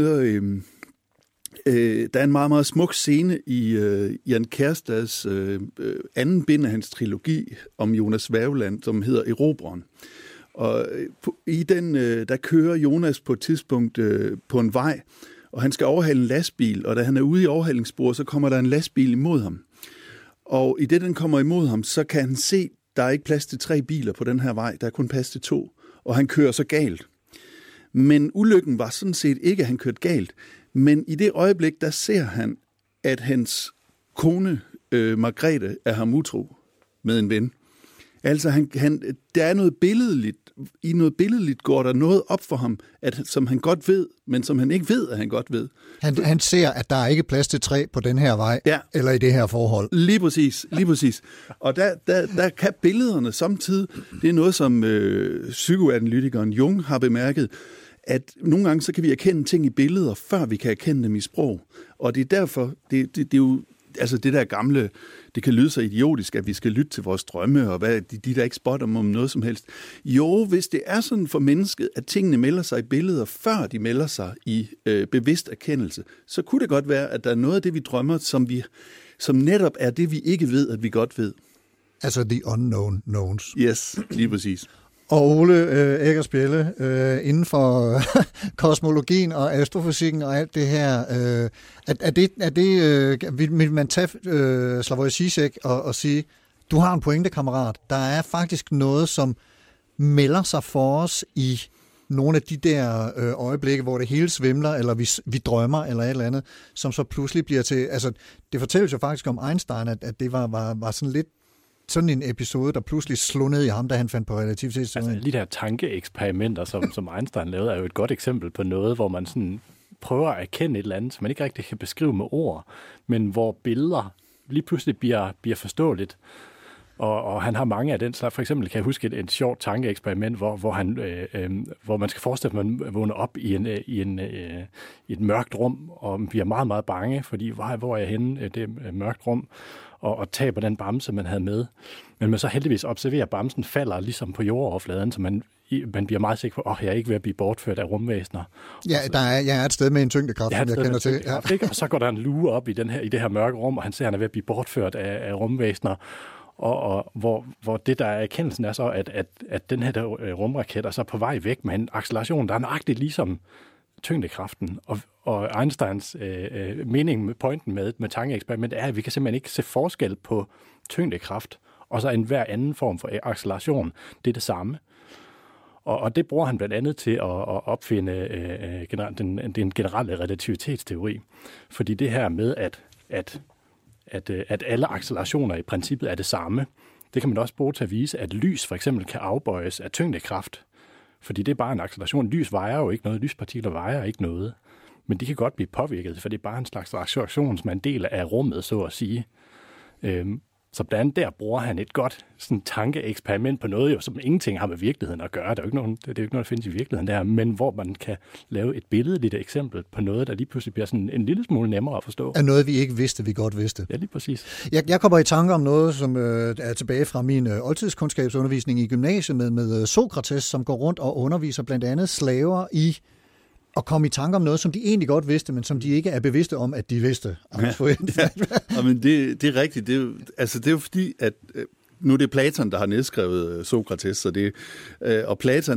der er en meget, meget smuk scene i Jan Kjærstads anden bind af hans trilogi om Jonas Vævland, som hedder Erobreren. Og i den, der kører Jonas på et tidspunkt på en vej, og han skal overhale en lastbil, og da han er ude i overhalingssporet, så kommer der en lastbil imod ham. Og i det, den kommer imod ham, så kan han se, der er ikke plads til 3 biler på den her vej, der er kun plads til 2, og han kører så galt. Men ulykken var sådan set ikke, at han kørte galt, men i det øjeblik, der ser han, at hans kone, Margrethe, er ham utro med en ven. Altså, der er noget billedligt. I noget billedligt går der noget op for ham, som han godt ved, men som han ikke ved, at han godt ved. Han ser, at der er ikke plads til 3 på den her vej, ja, eller i det her forhold. Lige præcis. Og der kan billederne samtidig, det er noget, som psykoanalytikeren Jung har bemærket, at nogle gange så kan vi erkende ting i billeder, før vi kan erkende dem i sprog. Og det er derfor, det er jo, altså det der gamle, det kan lyde så idiotisk, at vi skal lytte til vores drømme, og hvad de der ikke spotter om noget som helst. Jo, hvis det er sådan for mennesket, at tingene melder sig i billeder, før de melder sig i bevidst erkendelse, så kunne det godt være, at der er noget af det, vi drømmer, som netop er det, vi ikke ved, at vi godt ved. Altså the unknown knowns. Yes, lige præcis. Og Ole Eggers Bjelle, inden for kosmologien og astrofysikken og alt det her, vil man tage Slavoj Žižek og sige, du har en pointe, kammerat. Der er faktisk noget, som melder sig for os i nogle af de der øjeblikke, hvor det hele svimler, eller vi drømmer, eller et eller andet, som så pludselig bliver til... Altså, det fortælles jo faktisk om Einstein, at det var sådan lidt sådan en episode, der pludselig slog ned i ham, da han fandt på relativitetsteorien. Altså, de der tankeeksperimenter, som Einstein lavede, er jo et godt eksempel på noget, hvor man sådan prøver at erkende et eller andet, som man ikke rigtig kan beskrive med ord, men hvor billeder lige pludselig bliver forståeligt. Og han har mange af den slags. For eksempel kan jeg huske et sjovt tankeeksperiment, hvor man skal forestille, at man vågner op i et mørkt rum, og bliver meget, meget bange, fordi hvor er jeg henne, det er et mørkt rum, og taber den bamse, man havde med. Men man så heldigvis observerer, at bamsen falder ligesom på jordoverfladen, så man bliver meget sikker på, jeg er ikke ved at blive bortført af rumvæsener. Ja, jeg er et sted med en tyngdekraft, som jeg kender til. Ja. Og så går der en lue op i det her mørke rum, og han ser, at han er ved at blive bortført af rumvæsener. Og hvor det, der er erkendelsen, er så, at den her rumraket er så på vej væk med en acceleration, der er nøjagtigt ligesom tyngdekraften. Og Einsteins mening med pointen med tankeeksperiment er, at vi kan simpelthen ikke se forskel på tyngdekraft, og så enhver anden form for acceleration. Det er det samme. Og det bruger han blandt andet til at opfinde den generelle relativitetsteori. Fordi det her med, at alle accelerationer i princippet er det samme, det kan man også bruge til at vise, at lys for eksempel kan afbøjes af tyngdekraft. Fordi det er bare en acceleration. Lys vejer jo ikke noget. Lyspartikler vejer ikke noget. Men de kan godt blive påvirket, for det er bare en slags acceleration, som er en del af rummet, så at sige. Så blandt andet der bruger han et godt sådan, tankeeksperiment på noget, jo, som ingenting har med virkeligheden at gøre. Det er jo ikke noget, der findes i virkeligheden der, men hvor man kan lave et billedligt eksempel på noget, der lige pludselig bliver sådan en lille smule nemmere at forstå. Af noget, vi ikke vidste, vi godt vidste. Ja, lige præcis. Jeg kommer i tanke om noget, som er tilbage fra min oldtidskundskabsundervisning i gymnasiet med Sokrates, som går rundt og underviser blandt andet slaver i at komme i tanke om noget, som de egentlig godt vidste, men som de ikke er bevidste om, at de vidste. Ja, men det er rigtigt. Det er jo fordi, at nu er det Platon, der har nedskrevet Sokrates, så det, og Platon,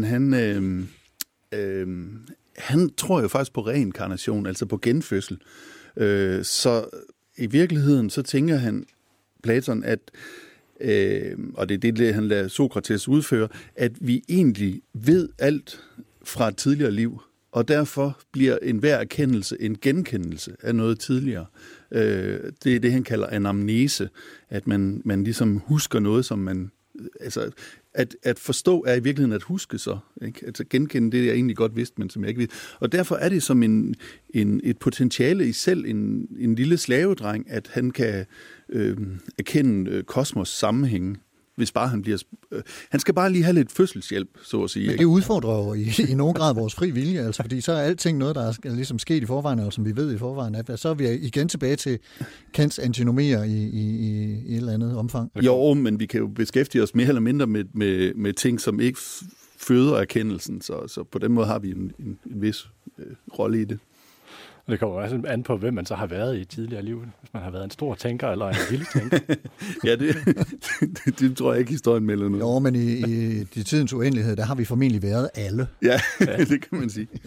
han tror jo faktisk på reinkarnation, altså på genfødsel. Så i virkeligheden, så tænker han, Platon, at, og det er det, han lader Sokrates udføre, at vi egentlig ved alt fra et tidligere liv, og derfor bliver enhver erkendelse en genkendelse af noget tidligere. Det er det, han kalder anamnese, at man ligesom husker noget, som man... Altså, at forstå er i virkeligheden at huske så. Ikke? Altså genkende det, jeg egentlig godt vidste, men som jeg ikke vidste. Og derfor er det som et potentiale i selv, en lille slavedreng, at han kan erkende kosmos sammenhænge, hvis bare han bliver... han skal bare lige have lidt fødselshjælp, så at sige. Men det udfordrer jo i nogen grad vores fri vilje, altså, fordi så er alting noget, der er ligesom sket i forvejen, og som vi ved i forvejen, at så er vi igen tilbage til Kants antinomier i et eller andet omfang. Jo, men vi kan jo beskæftige os mere eller mindre med ting, som ikke føder erkendelsen, så på den måde har vi en vis rolle i det. Og det kommer også an på, hvem man så har været i et tidligere liv. Hvis man har været en stor tænker eller en lille tænker. Ja, det tror jeg ikke, historien melder noget. Jo, men i tidens uendelighed, der har vi formentlig været alle. Ja, det kan man sige.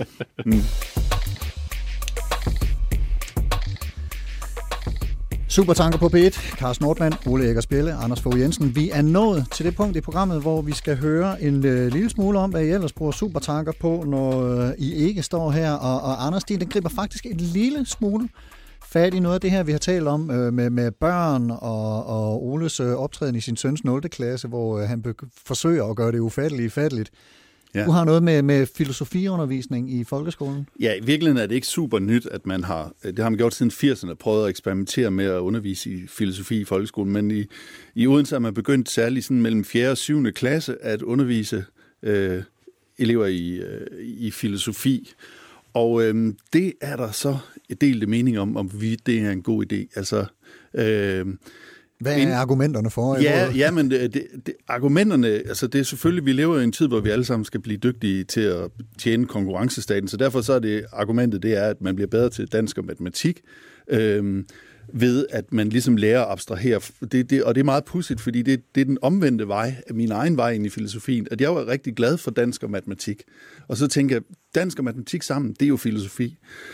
Supertanker på P1. Carsten Nordmann, Ole Eggers Bjelle, Anders Fogh Jensen. Vi er nået til det punkt i programmet, hvor vi skal høre en lille smule om, hvad I ellers bruger supertanker på, når I ikke står her. Og Anders, den griber faktisk en lille smule fat i noget af det her, vi har talt om med børn og Oles optræden i sin søns 0. klasse, hvor han forsøger at gøre det ufattelige fatteligt. Ja. Du har noget med filosofiundervisning i folkeskolen? Ja, i virkeligheden er det ikke super nyt, at man har, det har man gjort siden 80'erne, prøvet at eksperimentere med at undervise i filosofi i folkeskolen, men i Odense har man begyndt særligt sådan mellem 4. og 7. klasse at undervise elever i filosofi. Og det er der så et delte mening om det er en god idé. Altså... Hvad er argumenterne for? Ja, men argumenterne, altså det er selvfølgelig, vi lever i en tid, hvor vi alle sammen skal blive dygtige til at tjene konkurrencestaten, så derfor så er det argumentet, det er, at man bliver bedre til dansk og matematik, ved at man ligesom lærer at abstrahere. Og det er meget pudsigt, fordi det er den omvendte vej af min egen vej ind i filosofien, at jeg var rigtig glad for dansk og matematik. Og så tænker jeg, dansk og matematik sammen, det er jo filosofi.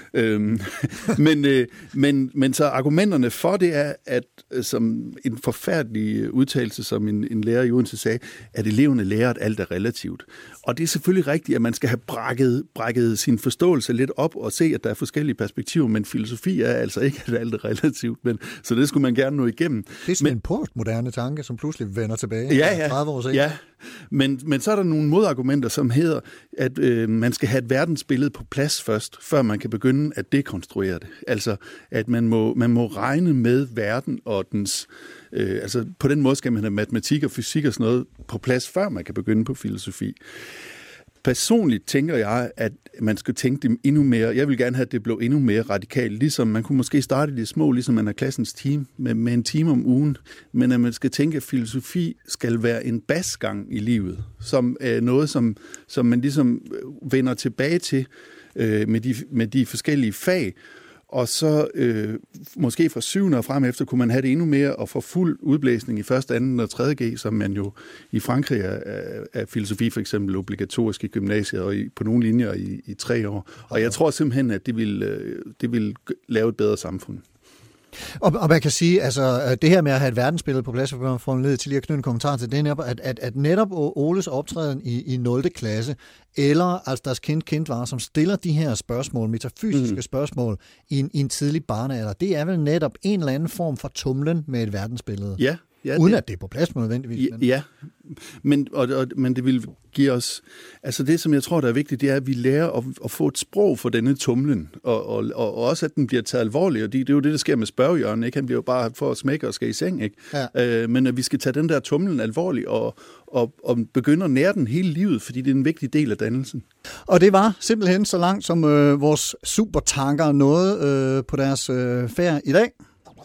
Men så argumenterne for det er, at som en forfærdelig udtalelse, som en lærer i Odense sagde, at eleverne lærer, at alt er relativt. Og det er selvfølgelig rigtigt, at man skal have brækket sin forståelse lidt op og se, at der er forskellige perspektiver, men filosofi er altså ikke, at alt er relativt. Så det skulle man gerne nå igennem. Det er sådan en postmoderne tanke, som pludselig vender tilbage. 30 år siden. Ja. Men så er der nogle modargumenter, som hedder, at man skal have et verdensbillede på plads først, før man kan begynde at dekonstruere det. Altså, at man må regne med verden og dens... altså, på den måde skal man have matematik og fysik og sådan noget på plads, før man kan begynde på filosofi. Personligt tænker jeg, at man skal tænke det endnu mere. Jeg vil gerne have, at det blev endnu mere radikalt. Ligesom man kunne måske starte i det små, ligesom man har klassens team, med en time om ugen. Men at man skal tænke, at filosofi skal være en basgang i livet. Som noget, som man ligesom vender tilbage til med de forskellige fag. Og så måske fra 7. og frem efter kunne man have det endnu mere og få fuld udblæsning i 1., 2. og 3. G, som man jo i Frankrig er filosofi for eksempel obligatorisk i gymnasiet og på nogle linjer i 3 år. Og jeg tror simpelthen, at det vil lave et bedre samfund. Og man kan sige, altså det her med at have et verdensbillede på plads, for at få en led til lige at knytte en kommentar til det, at netop Oles optræden i 0. klasse, eller Als Kind var, som stiller de her spørgsmål, metafysiske spørgsmål, i en tidlig barnealder, det er vel netop en eller anden form for tumlen med et verdensbillede. Ja. Ja, uden at det er på plads nødvendigvis. Ja, men det vil give os... Altså det, som jeg tror, der er vigtigt, det er, at vi lærer at få et sprog for denne tumlen, og også, at den bliver taget alvorligt, og det er jo det, der sker med spørgejørnen, ikke? Han bliver jo bare for at smække og skal i seng, ikke? Ja. Men at vi skal tage den der tumlen alvorligt, og begynde at nære den hele livet, fordi det er en vigtig del af dannelsen. Og det var simpelthen så langt, som vores supertanker nåede på deres færd i dag.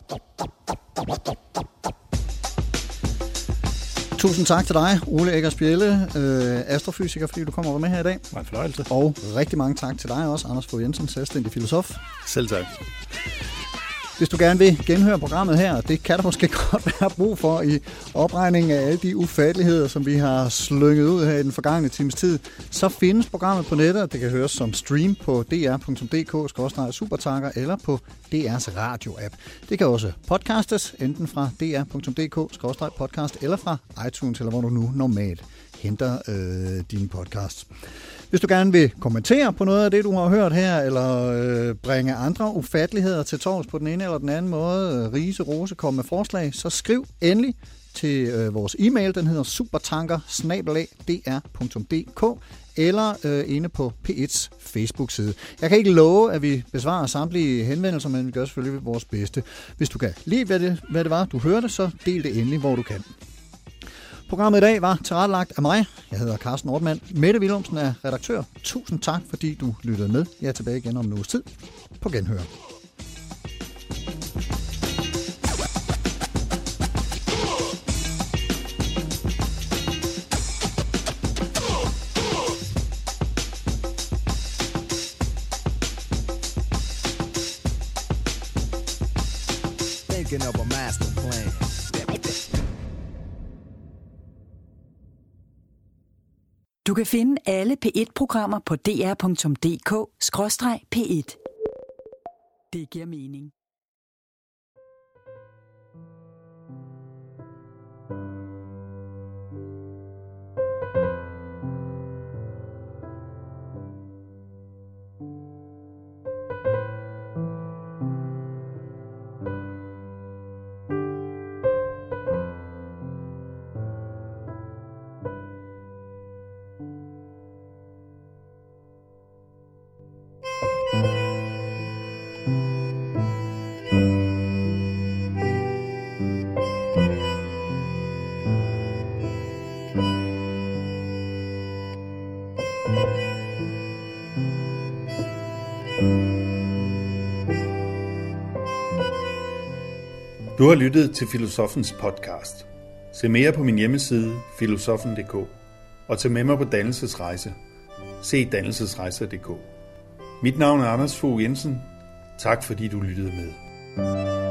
Tusind tak til dig, Ole Eggers Bjelle, astrofysiker, fordi du kommer med her i dag. Det var en fornøjelse. Og rigtig mange tak til dig også, Anders Fogh Jensen, selvstændig filosof. Selv tak. Hvis du gerne vil genhøre programmet her, det kan der måske godt være brug for i opregningen af alle de ufatteligheder, som vi har slynget ud her i den forgangne times tid, så findes programmet på nettet, og det kan høres som stream på dr.dk/supertanker eller på DR's radio-app. Det kan også podcastes, enten fra dr.dk/podcast eller fra iTunes, eller hvor du nu normalt henter dine podcasts. Hvis du gerne vil kommentere på noget af det, du har hørt her, eller bringe andre ufatteligheder til torvs på den ene eller den anden måde, rise, rose, komme med forslag, så skriv endelig til vores e-mail. Den hedder supertanker@dr.dk eller inde på P1's Facebook-side. Jeg kan ikke love, at vi besvarer samtlige henvendelser, men vi gør selvfølgelig vores bedste. Hvis du kan lide, hvad det var, du hørte, så del det endelig, hvor du kan. Programmet i dag var tilrettelagt af mig. Jeg hedder Carsten Ortmann. Mette Willumsen er redaktør. Tusind tak, fordi du lyttede med. Jeg er tilbage igen om en uges tid. På genhør. Thinking of a master plan. Du kan finde alle P1-programmer på dr.dk/P1. Det giver mening. Du har lyttet til Filosofens podcast. Se mere på min hjemmeside filosofen.dk og tag med mig på dannelsesrejse. Se dannelsesrejser.dk. Mit navn er Anders Fogh Jensen. Tak fordi du lyttede med.